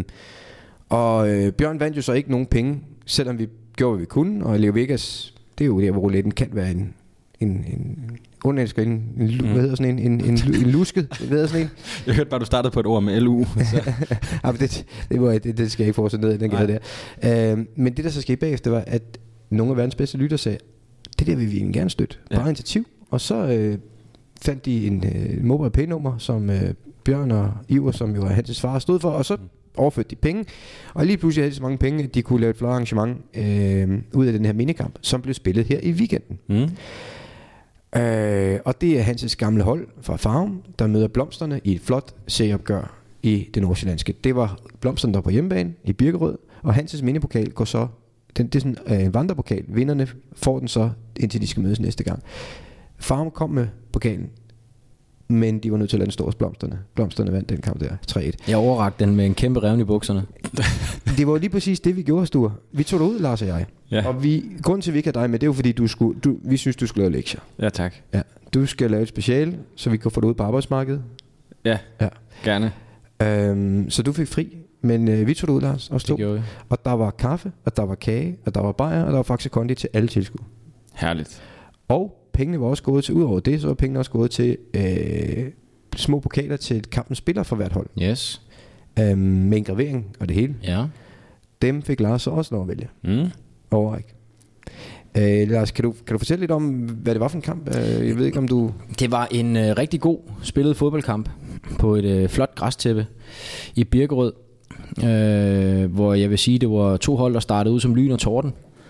og uh, Bjørn vandt jo så ikke nogen penge, selvom vi gjorde, hvad vi kunne. Og Leo Vegas, det er jo der, hvor rouletten kan være en en en undelsker, en, en, en, hvad hedder sådan en en, en, en lusket, hvad hedder sådan en. Jeg hørte bare, du startede på et ord med L U. Så. Ja, men det, det, må jeg, det, det skal jeg ikke fortsætte ned i den gade der. Uh, men det der så skete bagefter var, at nogle af verdens bedste lytter sagde, det der vil vi egentlig gerne støtte. Bare Ja. initiativ. Og så øh, fandt de en øh, mobile pay nummer, som øh, Bjørn og Iver, som jo er hans far, stod for, og så overførte de penge. Og lige pludselig havde de så mange penge, at de kunne lave et flot arrangement øh, ud af den her minikamp, som blev spillet her i weekenden. Mm. Øh, og det er Hanses gamle hold fra Farum, der møder Blomsterne i et flot serieopgør i det nordsjællandske. Det var Blomsterne, der var på hjemmebane i Birkerød, og Hanses mindepokal går så, den, det er sådan øh, en vandrepokal. Vinderne får den så, indtil de skal mødes næste gang. Farum kom med pokalen, men de var nødt til at lade den stå hos Blomsterne. Blomsterne vandt den kamp der, tre et. Jeg overrakte den med en kæmpe revne i bukserne. Det var jo lige præcis det, vi gjorde, Sture. Vi tog det ud, Lars og jeg. Ja. Og vi, grunden til, at vi ikke har dig med, det er jo fordi, du skulle, du, vi synes, du skulle lave lektier. Ja, tak. Ja. Du skal lave et speciale, så vi kan få det ud på arbejdsmarkedet. Ja, Ja. gerne. Øhm, så du fik fri, men øh, vi tog det ud, Lars, og Det stod. gjorde vi. Og der var kaffe, og der var kage, og der var bajer, og der var faktisk kondi til alle tilskud. Herligt. Og pengene var også gået til, udover det, så var pengene også gået til øh, små pokaler til kampens spiller for hvert hold. Yes. Øhm, med en gravering og det hele. Ja. Dem fik Lars så også lov at vælge. Mm. Overræk. Øh, Lars, kan du, kan du fortælle lidt om, hvad det var for en kamp? Øh, jeg ved ikke, om du... Det var en øh, rigtig god spillet fodboldkamp på et øh, flot græstæppe i Birkerød, øh, hvor jeg vil sige, det var to hold, der startede ud som lyn og torden.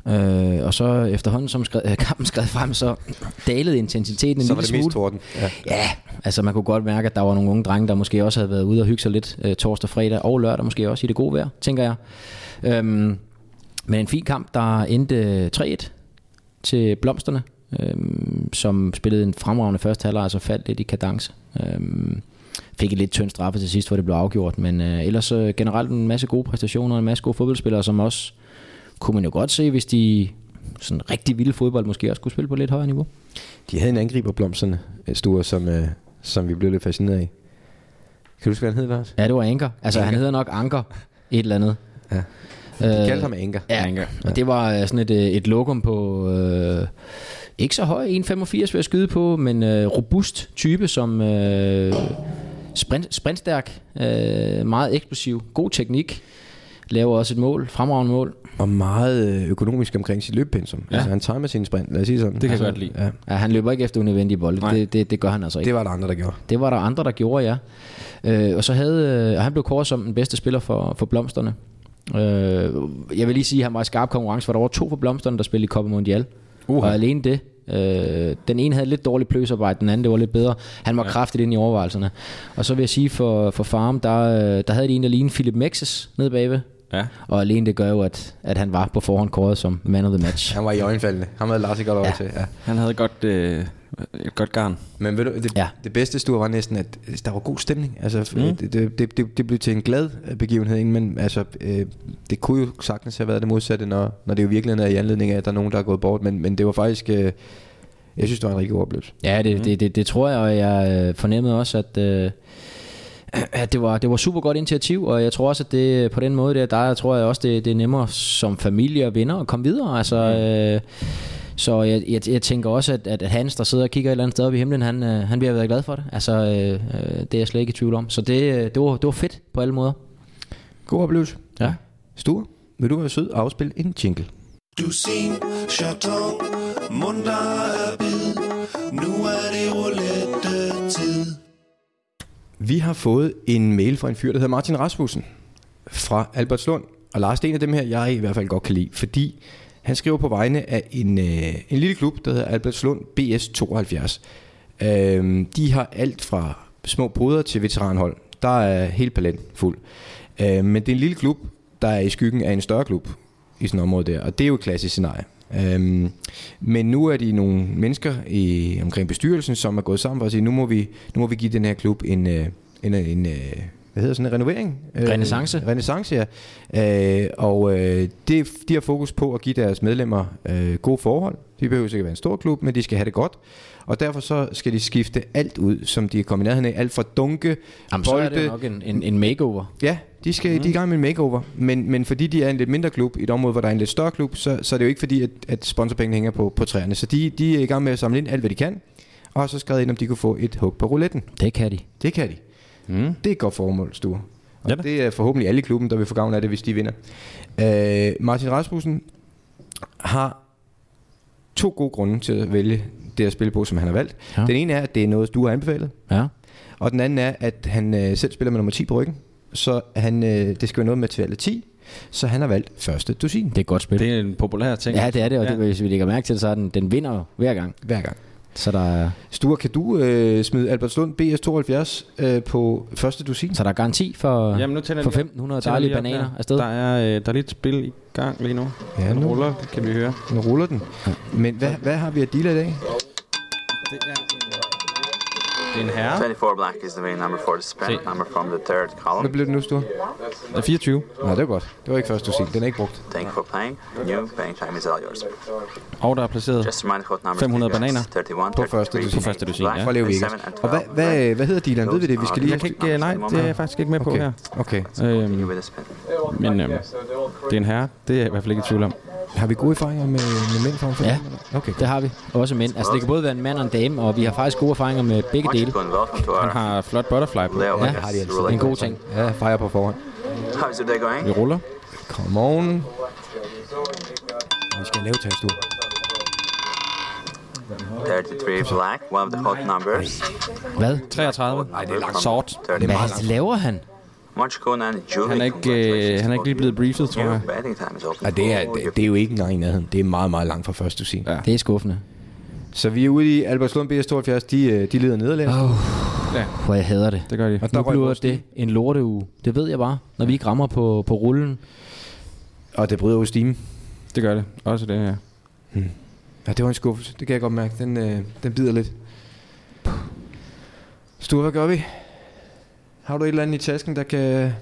Øh, og så efterhånden som skred, øh, kampen skred frem, så dalede intensiteten en så lille smule. Så var det mest torden. Ja. ja, altså man kunne godt mærke, at der var nogle unge drenge, der måske også havde været ude og hygge sig lidt øh, torsdag, fredag og lørdag, måske også i det gode vejr, tænker jeg. Øhm, men en fin kamp, der endte tre et til Blomsterne, øhm, som spillede en fremragende første halvleg, altså faldt lidt i kadence. Øhm, fik et lidt tyndt straffe til sidst, hvor det blev afgjort, men øh, ellers øh, generelt en masse gode præstationer og en masse gode fodboldspillere, som også kunne man jo godt se, hvis de sådan rigtig vilde fodbold måske også kunne spille på lidt højere niveau. De havde en angriber, Blomsterne, Sture, som, øh, som vi blev lidt fascineret af. Kan du huske, hvad han hed, Lars? Ja, det var Anker. Altså Anker. Han hedder nok Anker et eller andet. Ja. De kaldte ham Anker. Ja, Anker. Og ja. Det var sådan et, et lokum på øh, ikke så høj, en komma femogfirs vil jeg skyde på, men øh, robust type, som øh, sprint, sprintstærk, øh, meget eksplosiv, god teknik, laver også et mål, fremragende mål. Og meget økonomisk omkring sit løbepensum. Ja. Altså han timer sin sprint, lad os sige sådan. Det kan altså, jeg godt lide. Ja. Ja, han løber ikke efter unødvendige bolde, det, det, det gør han altså ikke. Det var der andre, der gjorde. Det var der andre, der gjorde, ja. Øh, og så havde, og han blev kåret som den bedste spiller for, for Blomsterne. Øh, jeg vil lige sige, at han var i skarp konkurrence, for der var to for Blomsterne, der spillede i Copa Mundial. Uh-huh. Og alene det. Øh, den ene havde lidt dårligt pløsarbejde, den anden det var lidt bedre. Han var ja. kraftigt ind i overvejelserne. Og så vil jeg sige, for, for Farm, der, der havde de en, der lignede Philip Mexes nede bagved. Ja. Og alene det gør jo, at, at han var på forhånd kåret som man of the match. Han var i øjenfaldene. Han havde Lars godt over ja. til. Ja. Han havde godt, øh, et godt garn. Men ved du, det, ja. det bedste Sture var næsten, at der var god stemning. Altså, mm. det, det, det, det blev til en glad begivenhed, men altså, øh, det kunne jo sagtens have været det modsatte, når, når det jo virkelig er i anledning af, at der er nogen, der er gået bort. Men, men det var faktisk, øh, jeg synes, det var en rigtig god oplevelse. Ja, det, mm. det, det, det tror jeg, og jeg fornemmede også, at... Øh, at det var, det var super godt initiativ, og jeg tror også, at det på den måde der, der tror jeg også, det, det er nemmere som familie og venner at komme videre. Altså, øh, så jeg, jeg, jeg tænker også, at, at Hans, der sidder og kigger et eller andet sted op i himlen, han, øh, han bliver været glad for det. Altså, øh, det er jeg slet ikke i tvivl om. Så det, det, var, det var fedt på alle måder. God oplevelse. Ja. Sture, vil du være sød og afspille en jingle? Dusin, chaton, munter er bid. Nu er det roulette-tid. Vi har fået en mail fra en fyr, der hedder Martin Rasmussen fra Albertslund. Og Lars, det er en af dem her, jeg i hvert fald godt kan lide, fordi han skriver på vegne af en, øh, en lille klub, der hedder Albertslund B S tooghalvfjerds. Øh, de har alt fra små brødre til veteranhold. Der er helt paletten fuld. Øh, men det er en lille klub, der er i skyggen af en større klub i sådan et område der, og det er jo et klassisk scenarie. Øhm, men nu er de nogle mennesker i, omkring bestyrelsen, som er gået sammen for at sige, nu må vi, nu må vi give den her klub en, en, en, en hvad hedder sådan en renovering? Renaissance. Øh, Renaissance, ja. Øh, og øh, det, de har fokus på at give deres medlemmer øh, gode forhold. De behøver ikke være en stor klub, men de skal have det godt. Og derfor så skal de skifte alt ud, som de er kommet i nærheden af. Alt fra dunke, Jamen, bolde. Så er det nok en, en, en makeover. Ja, de, skal, mm. de er i gang med en makeover. Men, men fordi de er en lidt mindre klub, i et område, hvor der er en lidt større klub, så, så er det jo ikke fordi, at, at sponsorpengene hænger på, på træerne. Så de, de er i gang med at samle ind alt, hvad de kan. Og har så skrevet ind, om de kunne få et hug på rouletten. Det kan de. Det kan de. Mm. Det er et godt formål, Sture. Og ja, det er forhåbentlig alle i klubben, der vil få gavn af det, hvis de vinder. Øh, Martin Rasmussen har to gode grunde til at vælge det at spille på, som han har valgt. Ja. Den ene er, at det er noget, du har anbefalet. Ja. Og den anden er, at han øh, selv spiller med nummer ti på ryggen. Så han, øh, det skal være noget med til alle ti. Så han har valgt første dusin. Det er et godt spil. Det er en populær ting. Ja, det er det. Og ja. det, hvis vi lægger mærke til, så er den, den vinder jo hver gang. Hver gang. Så der er... Sture, kan du øh, smide Albertslund B S tooghalvfjerds øh, på første dusin? Så der er garanti for, Jamen, for femten hundrede dejlige bananer afsted? Der er, øh, der er lidt spil i gang lige nu. Ja, den nu ruller, kan vi høre. Nu ruller den. Ja. Men hvad, hvad har vi at deale i dag? Det er Det er en herre. twenty-four black is the main number for the spent number from the third column. Hvad blev det nu, Sture? Det er fireogtyve. Nå, det var godt. Det var ikke første dusin. Den er ikke brugt. Thank you for playing. New playing time is all yours. Og der er placeret fem hundrede bananer på første dusin. På første dusin, ja. For at leve ikke. Og hvad, hvad, hvad hedder dealeren? Ved vi det? Vi skal lige... Jeg kan ikke... Nej, det er jeg faktisk ikke med på okay. her. Okay. Øhm, men øhm, det er en herre. Det er jeg i hvert fald ikke i tvivl om. Har vi gode erfaringer med, med mænd for Ja, okay, det har vi. Også mænd. Altså det kan både være en mand og en dame, og vi har faktisk gode erfaringer med begge dele. Han har flot butterfly på. Ja, det har de altid. En god ting. Ja, fejrer på forhånd. Vi ruller. Come on. Vi skal lave tastur. thirty-three black, one of the hot numbers. Hvad? treogtredive. Nej, det er langt. Sort. Hvad laver han? Han er ikke, øh, han er ikke lige blevet briefet, tror jeg. Ja, det, er, det, det er jo ikke engang i nærheden. Det er meget, meget langt fra første dusin. Ja. Det er skuffende. Så vi er ude i Albertslund B S tooghalvfjerds. De, de leder nederlag. Oh, ja. Hvor jeg hader det. Det gør de. Og der bliver det en lorteuge. Det ved jeg bare, når vi ikke rammer på, på rullen. Og det bryder jo stime. Det gør det. Også det, ja. Hmm. Ja, det var en skuffelse. Det kan jeg godt mærke. Den, øh, den bider lidt. Sture, hvad gør vi? Har du et eller andet i tasken, der kan...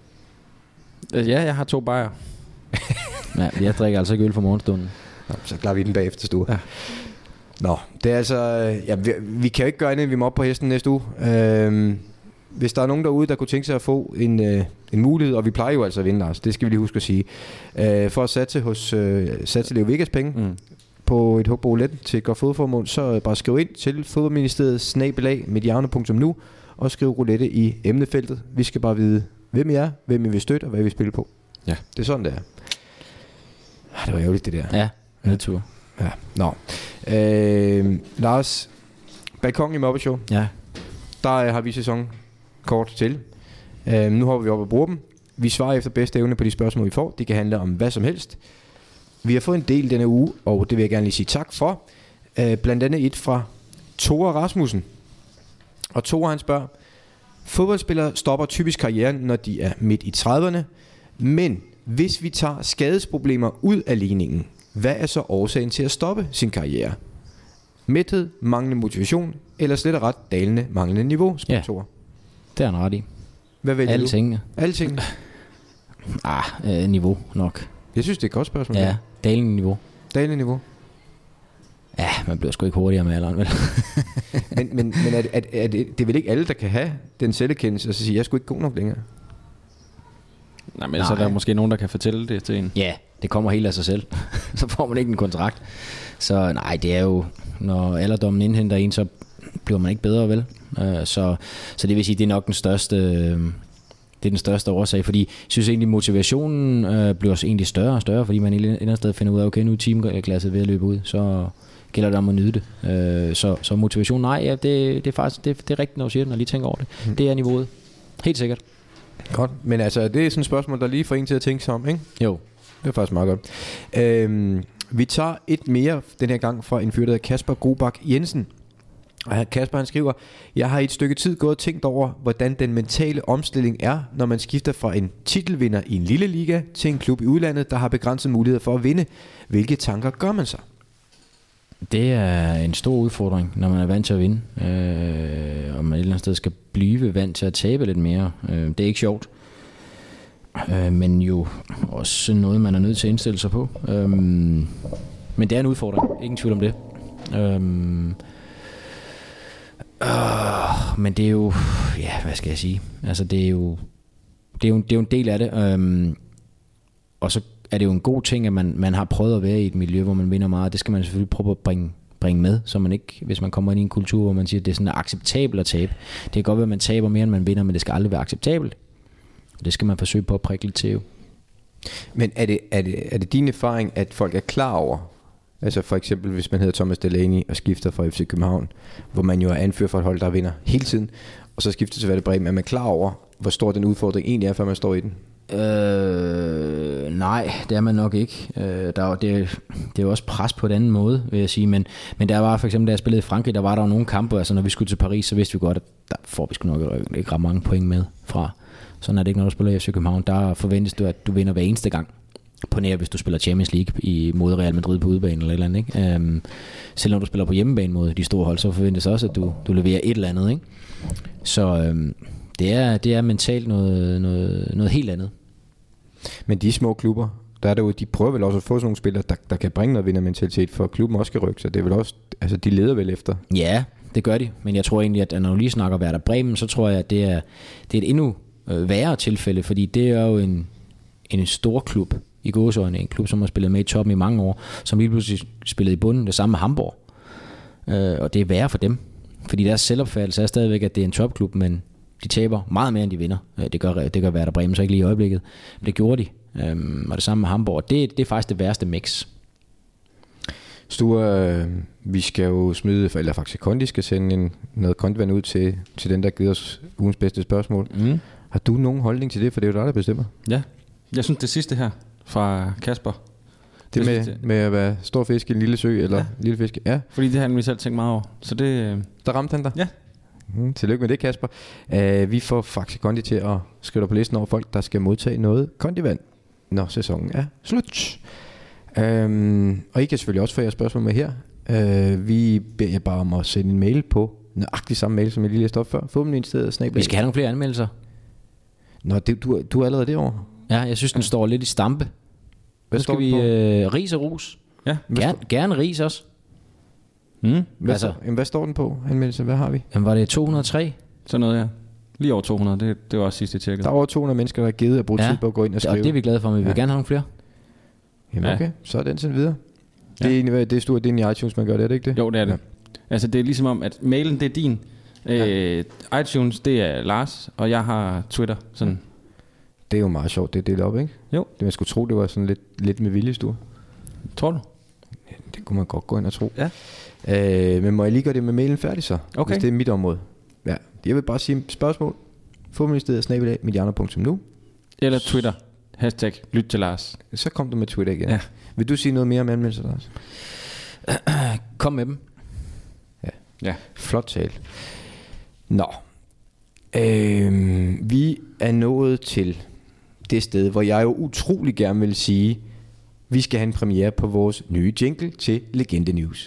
Ja, jeg har to bajer. Ja, jeg drikker altså ikke øl for morgenstunden. Nå, så klarer vi den bagefter, Sture. Ja. Nå, det er altså... Ja, vi, vi kan jo ikke gøre andet, end vi må op på hesten næste uge. Øhm, hvis der er nogen derude, der kunne tænke sig at få en, øh, en mulighed, og vi plejer jo altså at vinde, Lars, det skal vi lige huske at sige, øh, for at satse hos øh, satse Leo Vegas penge mm. på et hug på rouletten til et godt fodformål, så bare skriv ind til fodboldministeriet snabel-a mediano punktum nu og skriv roulette i emnefeltet. Vi skal bare vide, hvem I er, hvem I vil støtte og hvad I vil spille på. Ja. Det er sådan, det er. Det var ærgerligt, det der. Ja, nedtur. Ja, nå. Øh, Lars, balkon i Mobbe Show. Ja. Der øh, har vi sæsonkort til. Øh, nu hopper vi op og bruger dem. Vi svarer efter bedste evne på de spørgsmål, vi får. Det kan handle om hvad som helst. Vi har fået en del denne uge, og det vil jeg gerne lige sige tak for. Øh, blandt andet et fra Tore Rasmussen. Og Tore, han spørger: fodboldspillere stopper typisk karrieren, når de er midt i trediverne. Men hvis vi tager skadesproblemer ud af ligningen, hvad er så årsagen til at stoppe sin karriere? Mæthed, manglende motivation, eller slet og ret dalende manglende niveau? Ja, det er han ret i. Hvad vælger Alle du? tingene. Alle tingene? Ah, øh, niveau nok. Jeg synes, det er et godt spørgsmål. Ja, dalende niveau. Dalende niveau? Ja, man bliver sgu ikke hurtigere med alderen, vel? men men, men er, er, er det, det er vel ikke alle, der kan have den selverkendelse og så sige, jeg er sgu ikke god nok længere? Nej, men Nej. så er der måske nogen, der kan fortælle det til en. Ja, det kommer helt af sig selv. Så får man ikke en kontrakt. Så nej, det er jo, når alderdommen indhenter en, så bliver man ikke bedre, vel? Uh, så, så det vil sige, det er nok den største, uh, det er den største årsag, fordi jeg synes egentlig, motivationen uh, bliver egentlig større og større, fordi man et eller andet sted finder ud af, okay, nu er teamglasset ved at løbe ud, så gælder det om at nyde det. Uh, så, så motivation, nej, ja, det, det er faktisk, det, det er rigtigt, når du siger det, når jeg lige tænker over det. Mm. Det er niveauet. Helt sikkert. Godt, men altså, det er sådan et spørgsmål, der lige får en til at tænke sig om, ikke? Jo. Det er faktisk meget godt. Øhm, vi tager et mere den her gang fra en fyr, der hedder Kasper Grobak Jensen. Og Kasper, han skriver: jeg har i et stykke tid gået og tænkt over, hvordan den mentale omstilling er, når man skifter fra en titelvinder i en lille liga til en klub i udlandet, der har begrænset muligheder for at vinde. Hvilke tanker gør man sig? Det er en stor udfordring, når man er vant til at vinde, øh, og man et eller andet sted skal blive vant til at tabe lidt mere. Øh, det er ikke sjovt, øh, men jo også noget, man er nødt til at indstille sig på. Øh, men det er en udfordring, ingen tvivl om det. Øh, øh, men det er jo, ja, hvad skal jeg sige? Altså, det er jo, det er jo, det er jo en del af det, øh, og så er det jo en god ting, at man, man har prøvet at være i et miljø, hvor man vinder meget. Det skal man selvfølgelig prøve at bringe, bringe med, så man ikke, hvis man kommer ind i en kultur, hvor man siger, at det er sådan acceptabelt at tabe. Det kan godt være, at man taber mere, end man vinder, men det skal aldrig være acceptabelt. Det skal man forsøge på at prikke lidt til jo. Men er det, er, det, er det din erfaring, at folk er klar over, altså for eksempel hvis man hedder Thomas Delaney og skifter fra F C København, hvor man jo er anfører for et hold, der vinder hele tiden, og så skifter til Werder Bremen, er man klar over, hvor stor den udfordring egentlig er, før man står i den? Øh, nej, det er man nok ikke. Øh, der er, det, det er jo også pres på en anden måde, vil jeg sige. Men, men der var for eksempel, da jeg spillede i Frankrig, der var der jo nogle kampe, altså når vi skulle til Paris, så vidste vi godt, at der får vi sgu nok ikke ret mange point med fra. Sådan er det ikke, når du spiller i F C København. Der forventes du, at du vinder hver eneste gang. På nær, hvis du spiller Champions League i, mod Real Madrid på udebane eller et eller andet, ikke? Øhm, selvom du spiller på hjemmebane mod de store hold, så forventes også, at du, du leverer et eller andet, ikke? Så øhm, det, er, det er mentalt noget, noget, noget helt andet. Men de små klubber, der er derude, de prøver vel også at få sådan nogle spillere, der, der kan bringe noget vindermentalitet, for klubben også skal rykke, så det er vel også, altså de leder vel efter. Ja, det gør de, men jeg tror egentlig, at når du lige snakker Werder Bremen, så tror jeg, at det er, det er et endnu øh, værre tilfælde, fordi det er jo en, en stor klub i gåseøjne, en klub, som har spillet med i toppen i mange år, som lige pludselig spillede i bunden, det samme med Hamburg, øh, og det er værre for dem, fordi deres selvopfattelse er stadigvæk, at det er en topklub, men de taber meget mere, end de vinder. Det gør, det gør Werder Bremen så ikke lige i øjeblikket. Men det gjorde de. Øhm, og det samme med Hamburg. Det, det er faktisk det værste mix. Sture, øh, vi skal jo smide, eller faktisk Kondi skal sende en, noget kondivand ud til, til den, der giver os ugens bedste spørgsmål. Mm. Har du nogen holdning til det, for det er jo dig, der bestemmer? Ja, jeg synes det sidste her fra Kasper. Det, det med, med at være stor fisk i en lille sø, eller ja. lille fisk, ja. Fordi det har han selv tænkt meget over. Så det... Der ramte han dig? Ja. Mm, tillykke med det, Kasper. Uh, vi får faktisk Kondi til at skrive dig på listen over folk, der skal modtage noget kondivand, når sæsonen er slut. Um, og I kan selvfølgelig også få jeres spørgsmål med her. Uh, vi beder jer bare om at sende en mail på nøjagtig samme mail, som jeg lige læste op før. Fodboldministeriet snabel-a. Vi skal have nogle flere anmeldelser. Nå, det, du, du er allerede derovre. Ja, jeg synes, den står lidt i stampe. Hvad skal vi? Øh, ris og ros. Ja. Gern, gerne ris også. Mm. Hvad, altså, står, jamen, hvad står den på? Anmeldelse, hvad har vi? Jamen, var det to hundrede og tre? Sådan noget, ja. Lige over to hundrede, det, det var også sidste tjekket. Der er over to hundrede mennesker, der har givet at bruge ja. tid på at gå ind og skrive. Ja, det er vi glade for, men vi ja. vil gerne have nogle flere. Jamen okay, ja. Så er den sendt videre. Ja. Det er, det er stort, det er i iTunes, man gør det, er det ikke det? Jo, det er det. Ja. Altså, det er ligesom om, at mailen, det er din. Ja. Øh, iTunes, det er Lars, og jeg har Twitter, sådan... Det er jo meget sjovt, det er delt op, ikke? Jo. Det man skulle tro, det var sådan lidt, lidt med viljestur. Tror du? Ja, det kunne man godt gå ind og tro. Ja. Øh, men må jeg lige gøre det med mailen færdig så? Okay. Hvis det er mit område. Ja. Jeg vil bare sige spørgsmål. Fodboldministeriet snabel-a mediano punktum nu. Eller Twitter. Hashtag lyt til Lars. Så kom du med Twitter igen. Ja. Vil du sige noget mere om anmeldelser, Lars? Kom med dem. Ja. Ja. Flot tale. Nå. Øh, vi er nået til det sted, hvor jeg jo utrolig gerne vil sige, vi skal have en premiere på vores nye jingle til Legende News.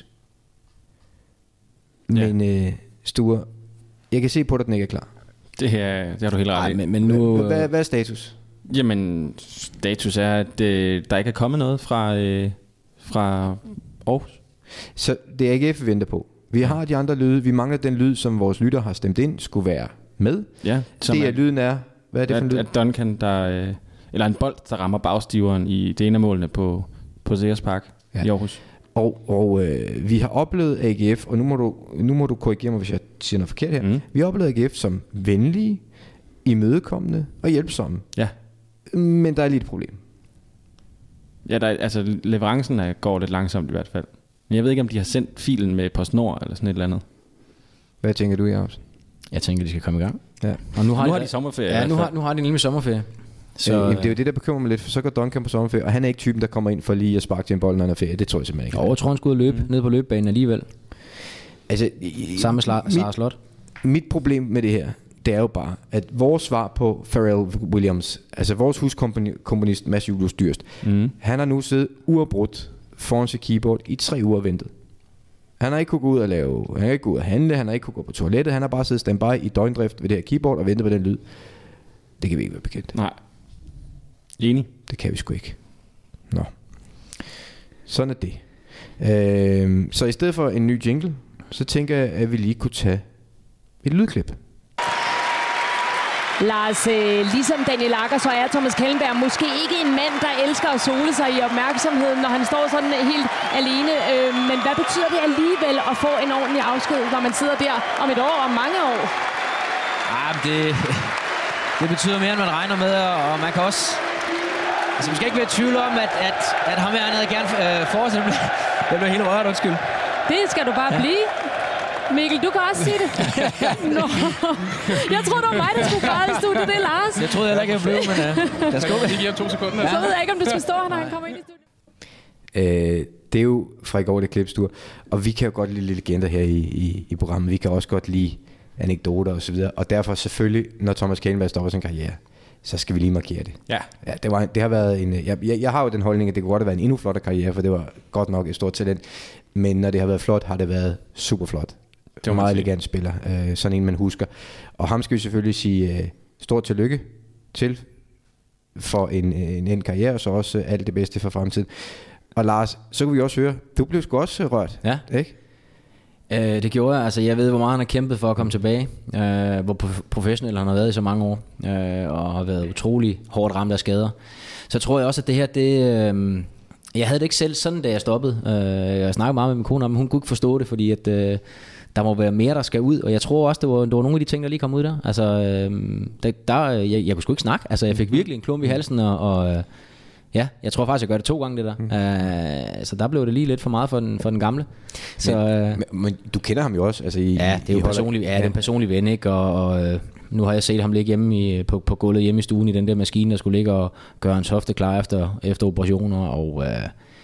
Men ja. øh, Sture, jeg kan se på dig, at den ikke er klar. Det her, det har du helt ret i. Men, men nu... Hvad, hvad er status? Jamen, status er, at øh, der ikke er kommet noget fra, øh, fra Aarhus. Så det er A G F, vi venter på. Vi har de andre lyde. Vi mangler den lyd, som vores lytter har stemt ind, skulle være med. Ja, det er, er lyden er... Hvad er det at, for en lyd? At Duncan, der... Øh, eller en bold, der rammer bagstiveren i det ene af målene på, på Sears Park ja. i Aarhus. Og, og øh, vi har oplevet A G F, og nu må, du, nu må du korrigere mig, hvis jeg siger noget forkert her. Mm. Vi har oplevet A G F som venlige, imødekommende og hjælpsomme. Ja. Men der er lige et problem. Ja, der er, altså leverancen er, går lidt langsomt i hvert fald. Men jeg ved ikke, om de har sendt filen med PostNord eller sådan et eller andet. Hvad tænker du, Jacobsen? Jeg tænker, de skal komme i gang. Ja. Og nu har, nu de, har de sommerferie. Ja, nu har, nu har de nemlig sommerferie. Så øh, det er jo det, der bekymrer mig lidt, for så går Duncan på sommerferie, og han er ikke typen, der kommer ind for lige at sparke til en bold, når han er ferie. Det tror jeg simpelthen ikke. Jo, jeg tror, han skulle ud og løbe mm. ned på løbebanen alligevel. Altså, sammen med Sara Slot. Mit problem med det her, det er jo bare, at vores svar på Pharrell Williams, altså vores huskomponist Mads Julius Dyrst, mm. han har nu siddet uafbrudt foran sit keyboard i tre uger og ventet. Han har ikke kunne gå ud og lave, han har ikke kunne gå ud og handle, han har ikke kunne gå på toilettet, han har bare siddet standby i døgndrift ved det her keyboard og ventet på den lyd. Det kan vi ikke være bekendt. Nej. Enig. Det kan vi sgu ikke. Nå. Sådan er det. Øh, så i stedet for en ny jingle, så tænker jeg, at vi lige kunne tage et lydklip. Lars, øh, ligesom Daniel Akker, så er Thomas Kellenberg måske ikke en mand, der elsker at sole sig i opmærksomheden, når han står sådan helt alene. Øh, men hvad betyder det alligevel at få en ordentlig afsked, når man sidder der om et år, om mange år? Ah, det, det betyder mere, end man regner med, og man kan også... Altså, man skal ikke være i tvivl om, at, at, at ham her havde gerne øh, fortsat. Det blev helt rørt, undskyld. Det skal du bare ja. blive. Mikkel, du kan også sige det. Nå. Jeg troede, det var mig, der skulle gøre det i studiet. Det er Lars. Jeg troede heller ikke, jeg blev, men uh, jeg skal lige give ham to sekunder. Ja. Så ved jeg ikke, om du skal stå her, når han kommer ind i Øh, studiet. det er jo fra i går, det klipstur. Og vi kan jo godt lide legender her i, i, i programmet. Vi kan også godt lide anekdoter og så videre. Og derfor selvfølgelig, når Thomas Kellenberg stopper sin karriere, så skal vi lige markere det. Ja. Ja, det, var, det har været en... Jeg, jeg, jeg har jo den holdning, at det kunne godt have været en endnu flottere karriere, for det var godt nok et stort talent. Men når det har været flot, har det været super flot. Det var meget elegant spiller. Øh, sådan en, man husker. Og ham skal vi selvfølgelig sige øh, stort tillykke til for en, en, en karriere, og så også alt det bedste for fremtiden. Og Lars, så kunne vi også høre, du blev sgu også rørt, ja. Ikke? Øh, det gjorde jeg. Altså, jeg ved, hvor meget han har kæmpet for at komme tilbage. Øh, hvor professionel han har været i så mange år. Øh, og har været utrolig hårdt ramt af skader. Så tror jeg også, at det her, det... Øh, jeg havde det ikke selv sådan, da jeg stoppede. Øh, jeg snakkede meget med min kone om, hun kunne ikke forstå det, fordi at... Øh, der må være mere, der skal ud, og jeg tror også, det var, det var nogle af de ting, der lige kom ud der. Altså, øh, der, der jeg, jeg kunne sgu ikke snakke. Altså, jeg fik virkelig en klump i halsen, og, og øh, ja, jeg tror faktisk, jeg gør det to gange, det der. Mm. Øh, så der blev det lige lidt for meget for den, for den gamle. Så, men, øh, men, men du kender ham jo også, altså i... Ja, det er jo personlig, ja, det er en personlig ven, ikke? Og, og øh, nu har jeg set ham ligge hjemme i, på, på gulvet hjemme i stuen i den der maskine, der skulle ligge og gøre hans hofte klar efter, efter operationer, og øh,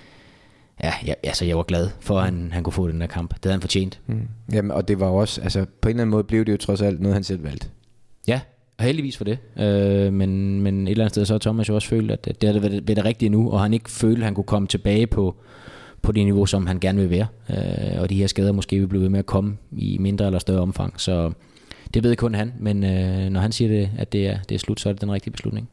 ja, jeg, altså jeg var glad for, at han, han kunne få den der kamp. Det havde han fortjent. Mm. Jamen, og det var også, altså på en eller anden måde blev det jo trods alt noget, han selv valgte. Ja, heldigvis for det. Øh, men, men et eller andet sted, så har Thomas jo også følt, at det havde været det rigtige nu, og han ikke følte, at han kunne komme tilbage på, på det niveau, som han gerne vil være. Øh, og de her skader måske vil blive ved med at komme i mindre eller større omfang. Så det ved kun han, men øh, når han siger det, at det er, det er slut, så er det den rigtige beslutning.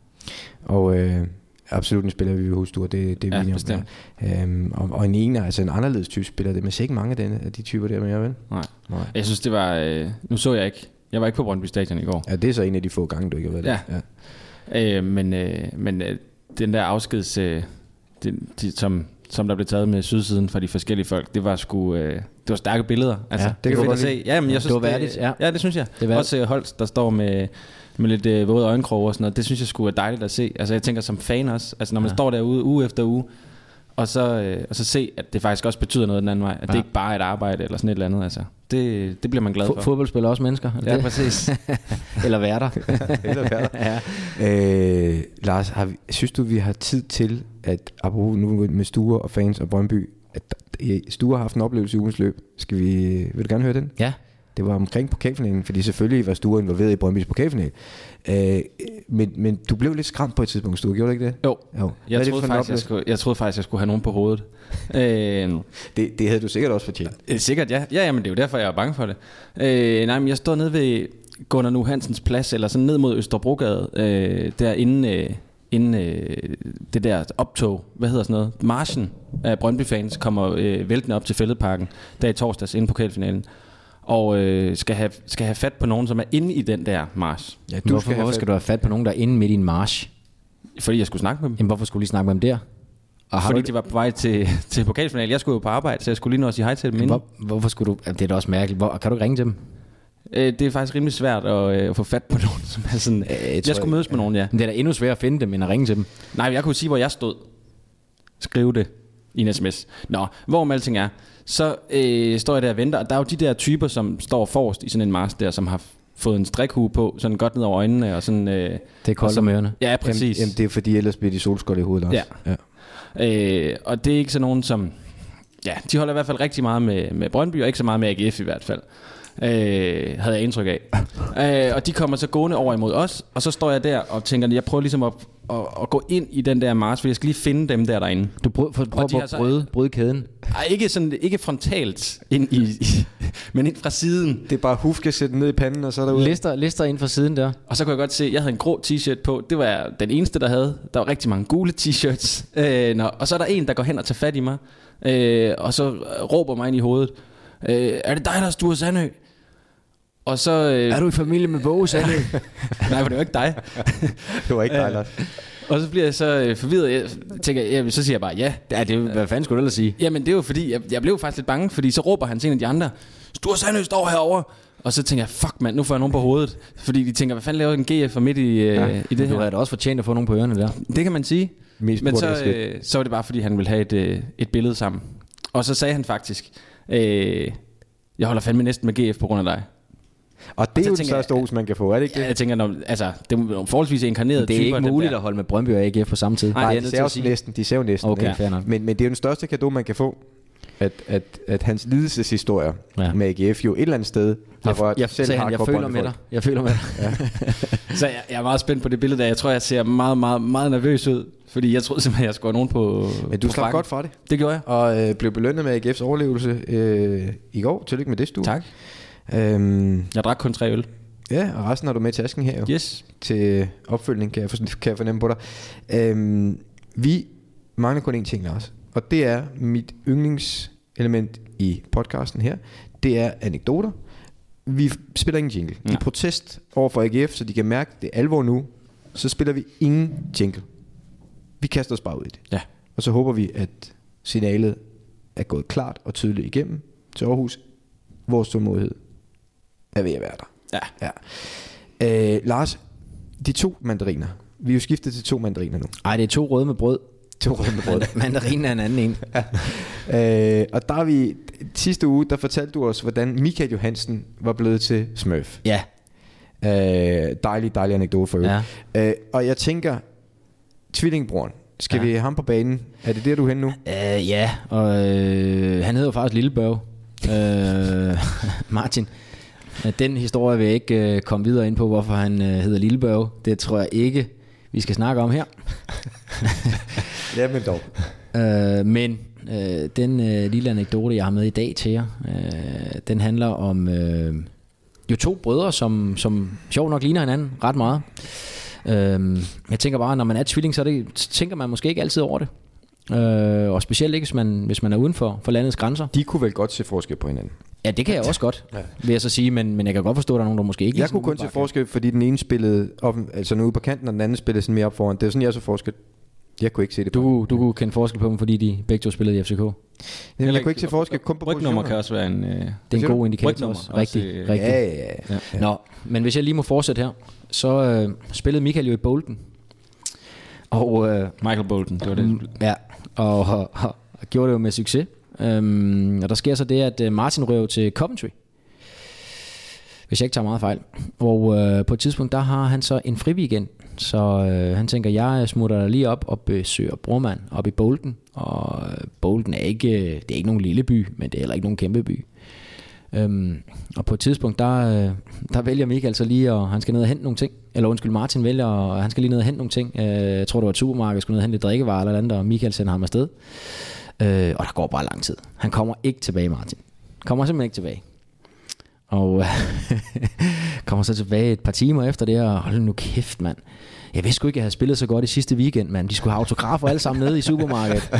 Og øh, absolut en spiller, vi vil huske, det, det er ja, vi bestemt. Øhm, og, og en ene, altså en anderledes type spiller, det man ser ikke mange af, denne, af de typer der mere, vel? Nej. Nej. Jeg synes, det var, øh, nu så jeg ikke, jeg var ikke på Brøndby Stadion i går. Ja, det er så en af de få gange, du ikke har været ja. der. Ja. Øh, men øh, men øh, den der afskeds, øh, den, de, som, som der blev taget med sydsiden fra de forskellige folk, det var sgu, øh, det var stærke billeder. Altså, ja, det kan du se. Ja, men jeg synes, det var værdigt. Ja. ja, det synes jeg. Det også Holst, der står med med lidt øh, våde øjenkroge og sådan noget. Det synes jeg skulle er dejligt at se. Altså jeg tænker som fan også, altså når man ja. står derude uge efter uge, og så, øh, og så se, at det faktisk også betyder noget den anden vej. At ja. det ikke bare er et arbejde eller sådan et eller andet. Altså, det, det bliver man glad for. F- fodbold spiller også mennesker. Ja, det? Præcis. Eller værter. eller værter. ja. øh, Lars, har vi, synes du, vi har tid til, at apropos nu med Sture og fans og Brøndby, at Sture har haft en oplevelse i ugens løb. Skal vi, vil du gerne høre den? Ja. Det var omkring pokalfinalen, fordi selvfølgelig var Sture involveret i Brøndbys pokalfinal. Øh, men, men du blev lidt skræmt på et tidspunkt, Sture, gjorde du ikke det? Jo, jo. Jeg, troede faktisk, jeg, skulle, jeg troede faktisk, jeg skulle have nogen på hovedet. øh, det, det havde du sikkert også fortjent. Øh, sikkert, ja. Ja, jamen, det er jo derfor, jeg er bange for det. Øh, nej, men jeg står nede ved Gunnar Nu Hansens plads, eller sådan ned mod Østerbrogade, øh, der inden, øh, inden øh, det der optog, hvad hedder sådan noget, marchen af Brøndby-fans kommer øh, væltende op til Fælledparken, der i torsdags inden pokalfinalen. Og øh, skal, have, skal have fat på nogen, som er inde i den der march. Ja, du hvorfor skal, hvorfor skal du have fat på nogen, der er inde midt i en march? Fordi jeg skulle snakke med dem. Jamen hvorfor skulle du lige snakke med dem der? Og fordi de var på vej til, til pokalfinalen. Jeg skulle jo på arbejde, så jeg skulle lige nå at sige hej til dem inden. Hvor, hvorfor skulle du? Det er da også mærkeligt. Hvor, kan du ikke ringe til dem? Øh, det er faktisk rimelig svært at, øh, at få fat på nogen, som er sådan... Øh, jeg, jeg skulle mødes med nogen, ja. Men det er da endnu sværere at finde dem, end at ringe til dem. Nej, jeg kunne sige, hvor jeg stod. Skrive det i en sms. Nå, hvor alting er, så øh, står jeg der og venter, og der er jo de der typer, som står forrest i sådan en march der, som har fået en strikhue på, sådan godt ned over øjnene, og sådan... Øh, det er koldt om ørerne. Ja, præcis. Jamen, det er fordi, ellers bliver de solskold i hovedet også. Ja. ja. Øh, og det er ikke sådan nogen, som... Ja, de holder i hvert fald rigtig meget med, med Brøndby, og ikke så meget med A G F i hvert fald. Øh, havde jeg indtryk af. øh, og de kommer så gående over imod os, og så står jeg der og tænker, jeg prøver ligesom at, at, at gå ind i den der march, for jeg skal lige finde dem der derinde. Du prøver, for, prøver at bryde, bryde kæden? Ej, ikke, sådan, ikke frontalt, ind i, i, men ind fra siden. Det er bare huf, kan sætte ned i panden, og så er der ude. Lister, lister ind fra siden der. Og så kunne jeg godt se, jeg havde en grå t-shirt på. Det var den eneste, der havde. Der var rigtig mange gule t-shirts. Øh, når, og så er der en, der går hen og tager fat i mig, øh, og så råber mig ind i hovedet. Øh, er det dig, der er Sture Sandø? Og så, øh, er du i familie med Våge Sandø? Nej, for det var ikke dig. Det var ikke dig, Lars. Og så bliver jeg så øh, forvirret. Jeg tænker, jeg, så siger jeg bare ja. Ja, det, hvad fanden skulle du ellers sige? Jamen det er jo fordi, jeg, jeg blev faktisk lidt bange, fordi så råber han til en af de andre, Sture Sandø står herovre. Og så tænker jeg, fuck mand, nu får jeg nogen på hovedet. Fordi de tænker, hvad fanden laver en G F midt i, øh, ja, i det her? Du havde da også fortjent at få nogen på ørerne der. Det kan man sige. Mest Men så, øh, så var det bare fordi, han ville have et, øh, et billede sammen. Og så sagde han faktisk, øh, jeg holder fandme næsten med G F på grund af dig. Og det er jo den største ros, man kan få, er det ikke det? Ja, jeg tænker, når, altså, det er forholdsvis inkarneret. Det er typer, ikke muligt at holde med Brøndby og A G F på samme tid. Nej, Nej de ser jo næsten. De ser jo næsten. Okay, ja. men, men det er jo den største cadeau, man kan få. At, at, at hans lidelseshistorier ja. med A G F jo et eller andet sted har rørt jeg, selv han, jeg føler med dig. Jeg føler med dig. Ja. Så jeg, jeg er meget spændt på det billede der. Jeg tror, jeg ser meget, meget, meget nervøs ud. Fordi jeg troede simpelthen, jeg skulle have nogen på. Men du på slap godt fra det. Det gjorde jeg. Og øh, blev belønnet med A G F's overlevelse øh, i går. Tillykke med det, Stue. Tak. Øhm, jeg drak kun tre øl. Ja, og resten har du med i tasken her jo. Yes. Til opfølgning, kan jeg, kan jeg fornemme på dig. Øhm, vi mangler kun én ting, Lars. Og det er mit yndlingselement i podcasten her. Det er anekdoter. Vi spiller ingen jingle. Ja. I protest over for A G F, så de kan mærke, det er alvor nu, så spiller vi ingen jingle. Vi kaster os bare ud i det. Ja. Og så håber vi, at signalet er gået klart og tydeligt igennem til Aarhus. Vores tålmodighed er ved at være der. Ja. ja. Øh, Lars, de to mandariner. Vi er jo skiftet til to mandariner nu. Ej, det er to røde med brød. To røde med brød. Mandarinen er en anden en. ja. øh, og der er vi sidste uge, der fortalte du os, hvordan Michael Johansen var blevet til Smurf. Ja. Øh, dejlig, dejlig anekdote for øvrigt. Ja. Øh, og jeg tænker, tvillingbroren, skal ja. vi have ham på banen? Er det der, du er henne nu? Uh, ja, og øh, han hedder jo faktisk Lillebørge. uh, Martin. Den historie vil jeg ikke uh, komme videre ind på, hvorfor han uh, hedder Lillebørge. Det tror jeg ikke, vi skal snakke om her. Ja, men dog. Uh, men uh, den uh, lille anekdote, jeg har med i dag til jer, uh, den handler om uh, jo to brødre, som, som sjovt nok ligner hinanden ret meget. Uh, jeg tænker bare, når man er tvilling, så, det, så tænker man måske ikke altid over det. Uh, og specielt ikke, hvis man, hvis man er uden for, for landets grænser. De kunne vel godt se forskel på hinanden? Ja, det kan jeg også godt, ja. vil jeg så sige, men, men jeg kan godt forstå, at der er nogen, der måske ikke... Jeg kunne kun se forskel, fordi den ene spillede op, altså ude på kanten, og den anden spillede sådan mere op foran. Det er sådan, jeg så forskel. Jeg kunne ikke se det på. Du, du kunne kende forskel på dem, fordi de begge to spillede i F C K? Jamen, jeg kunne ikke se forskel, kun på rygnummer kan også være en... Øh, det er en god indikator også. Rigtig, også, øh, rigtig. Ja, ja, ja, ja. Nå, men hvis jeg lige må fortsætte her, så øh, spillede Michael jo i Bolton. Og, øh, Michael Bolton, det var det. Ja, og, og, og, og gjorde det jo med succes. Øhm, og der sker så det, at øh, Martin røv til Coventry, hvis jeg ikke tager meget fejl. Og øh, på et tidspunkt, der har han så en fri weekend. Så øh, han tænker, jeg smutter lige op og besøger brormand op i Bolton. Og øh, Bolton er ikke, det er ikke nogen lille by, men det er heller ikke nogen kæmpe by. Øhm, og på et tidspunkt, der, øh, der vælger Michael så lige, og han skal ned og hente nogle ting. Eller undskyld, Martin vælger, og han skal lige ned og hente nogle ting. Øh, jeg tror, det var et supermarked, skulle ned og hente lidt drikkevarer eller andet, og Michael sender ham afsted. Øh, og der går bare lang tid. Han kommer ikke tilbage, Martin. Kommer simpelthen ikke tilbage. Og kommer så tilbage et par timer efter det, og hold nu kæft, mand. Jeg vidste sgu ikke, at jeg havde spillet så godt i sidste weekend, mand. De skulle have autografer alle sammen nede i supermarkedet.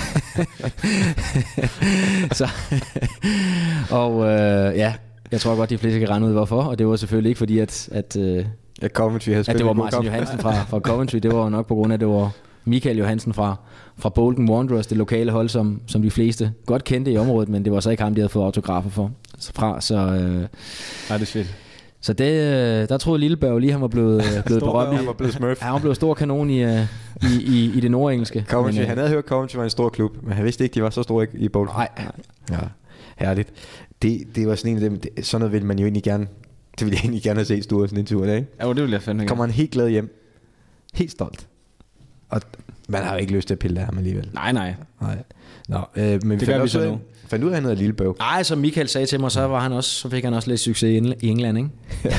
så, og øh, ja, jeg tror godt, de fleste kan regne ud, hvorfor. Og det var selvfølgelig ikke fordi, at, at, øh, at, Coventry havde at det var Martin Johansen fra, fra Coventry. Det var jo nok på grund af, at det var Michael Johansen fra, fra Bolton Wanderers, det lokale hold, som, som de fleste godt kendte i området, men det var så ikke ham, de havde fået autografer for, fra. Så, øh, Nej, det er fedt. Så det, der troede Lillebørge lige, han var blevet, blevet berømt. Han var blevet smurf. Han var blevet stor kanon i, i, i, i det nordengelske. Coventry, men, han havde hørt, at Coventry var en stor klub, men han vidste ikke, de var så store i Bolton. Nej. Ja, herligt. Det, det var sådan en af dem, det, sådan noget ville man jo egentlig gerne, det ville jeg egentlig gerne have set Sture sådan en tur, ikke? Ja, det ville jeg fandme. Kommer han helt glad hjem. Helt stolt. Og man har jo ikke lyst til at pille af ham alligevel. Nej, nej. nej. Nå, øh, men det gør vi så nu. Fandt ud af, at han hedder Lillebørge. Nej, som Michael sagde til mig, så, var han også, så fik han også lidt succes i England, ikke?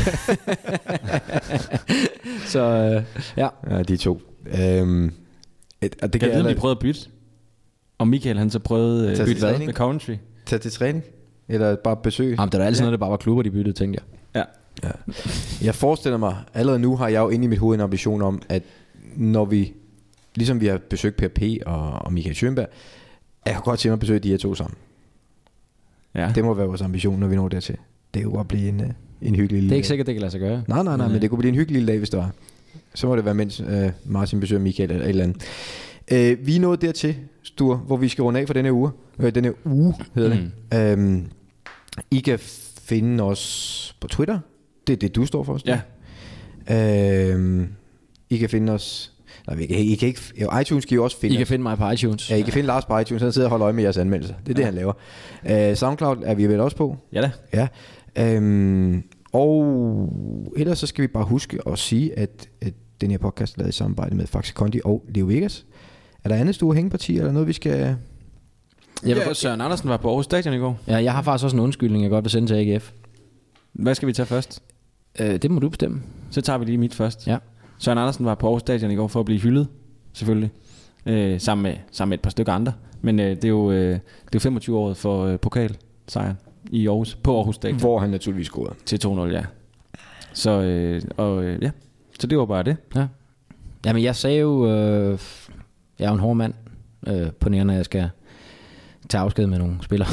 så øh, ja. Ja, de to. Øhm, et, og det kan jeg vide, vi prøvede at bytte. Og Michael, han så prøvede at bytte hvad med Coventry. Tag til træning? Eller bare besøg? Jamen, det var altid ja. noget, det bare var klubber, de byttede, tænkte jeg. Ja. ja. Jeg forestiller mig, allerede nu har jeg jo inde i mit hoved en ambition om, at når vi, ligesom vi har besøgt Per P. og, og Michael Schönberg, jeg kan godt tænke mig at besøge de her to sammen. Ja. Det må være vores ambition, når vi når dertil. Det kunne godt blive en, en hyggelig lille Det er ikke sikkert, det kan lade sig gøre. Nej, nej, nej, men, men det kunne blive en hyggelig lille dag, hvis det var. Så må det være, mens øh, Martin besøger Michael eller et eller andet. Øh, vi er nået dertil, Sture, hvor vi skal runde af for denne uge. Øh, denne uge hedder mm. det. Øhm, I kan finde os på Twitter. Det er det, du står for, Sture. Ja. Øhm, I kan finde os... Nej, I kan, I kan ikke... Jo, iTunes kan I også finde... I kan finde mig på iTunes. Ja, I kan finde Lars på iTunes. Han sidder og holder øje med jeres anmeldelser. Det er ja. det, han laver. Uh, SoundCloud er vi vel også på? Ja da. Ja. Um, og ellers så skal vi bare huske at sige, at, at den her podcast er lavet i samarbejde med Faxe Kondi og Leo Vegas. Er der andet store hængeparti, eller noget, vi skal... Jeg ved godt, Søren Andersen var på Aarhus Stadion i går. Ja, jeg har faktisk også en undskyldning, jeg godt vil sende til A G F. Hvad skal vi tage først? Uh, det må du bestemme. Så tager vi lige mit først. Ja. Søren Andersen var på Aarhus Stadion i går for at blive hyldet, selvfølgelig, øh, sammen, med, sammen med et par stykker andre. Men øh, det er jo øh, det er femogtyve året for øh, pokalsejren i Aarhus, på Aarhus Stadion. Hvor han naturligvis scorede. Til to nul, ja. Så, øh, og, øh, ja. Så det var bare det. Ja. Jamen jeg sagde jo, øh, jeg er jo en hård mand, øh, på nærende, at jeg skal tage afsked med nogle spillere.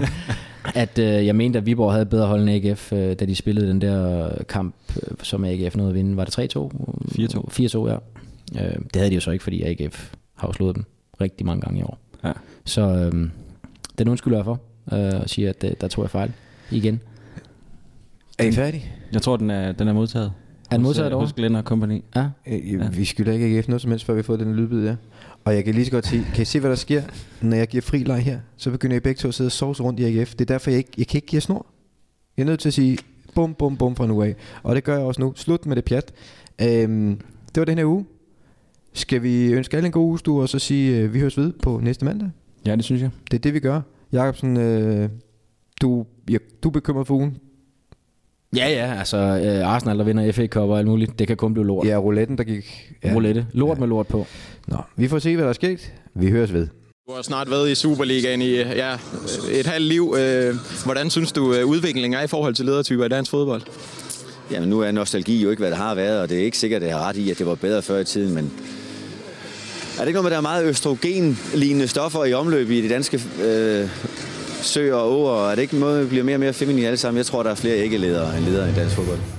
at øh, jeg mente, at Viborg havde bedre hold end A G F, øh, da de spillede den der kamp, øh, som A G F nåede at vinde. Var det tre to? fire to. fire to, ja. Øh, det havde de jo så ikke, fordi A G F har jo slået dem rigtig mange gange i år. Ja. Så øh, den undskylder jeg for, øh, og siger, at øh, der tog jeg fejl igen. Er I færdige? Jeg tror, den er, den er modtaget. Er den modtaget over? Hos Glenn og Company. Ja. Øh, vi skylder ikke A G F noget som helst, før vi har fået den lydbid der. Og jeg kan lige så godt sige, kan I se, hvad der sker, når jeg giver fri leg her? Så begynder I begge to at sidde og sovse rundt i A G F. Det er derfor, jeg, ikke, jeg kan ikke give snor. Jeg er nødt til at sige, Bum, bum, bum fra nu af. Og det gør jeg også nu. Slut med det pjat. Øhm, det var den her uge. Skal vi ønske alle en god uge, og så sige, øh, vi høres ved på næste mandag? Ja, det synes jeg. Det er det, vi gør. Jacobsen, øh, du, ja, du er bekymret for ugen. Ja, ja, altså øh, Arsenal, der vinder F A Cup og alt muligt, det kan kun blive lort. Ja, rouletten, der gik... Ja. Roulette. Lort ja. med lort på. Nå, vi får se, hvad der er sket. Vi høres ved. Du har snart været i Superligaen i ja, et halvt liv. Hvordan synes du, udviklingen er i forhold til ledertyper i dansk fodbold? Jamen, nu er nostalgi jo ikke, hvad det har været, og det er ikke sikkert, at jeg har ret i, at det var bedre før i tiden, men er det ikke noget med, at der er meget østrogen-lignende stoffer i omløb i de danske øh, søer og åer? Er det ikke noget, der bliver mere og mere feminin alle sammen? Jeg tror, der er flere ikke-ledere end ledere i dansk fodbold.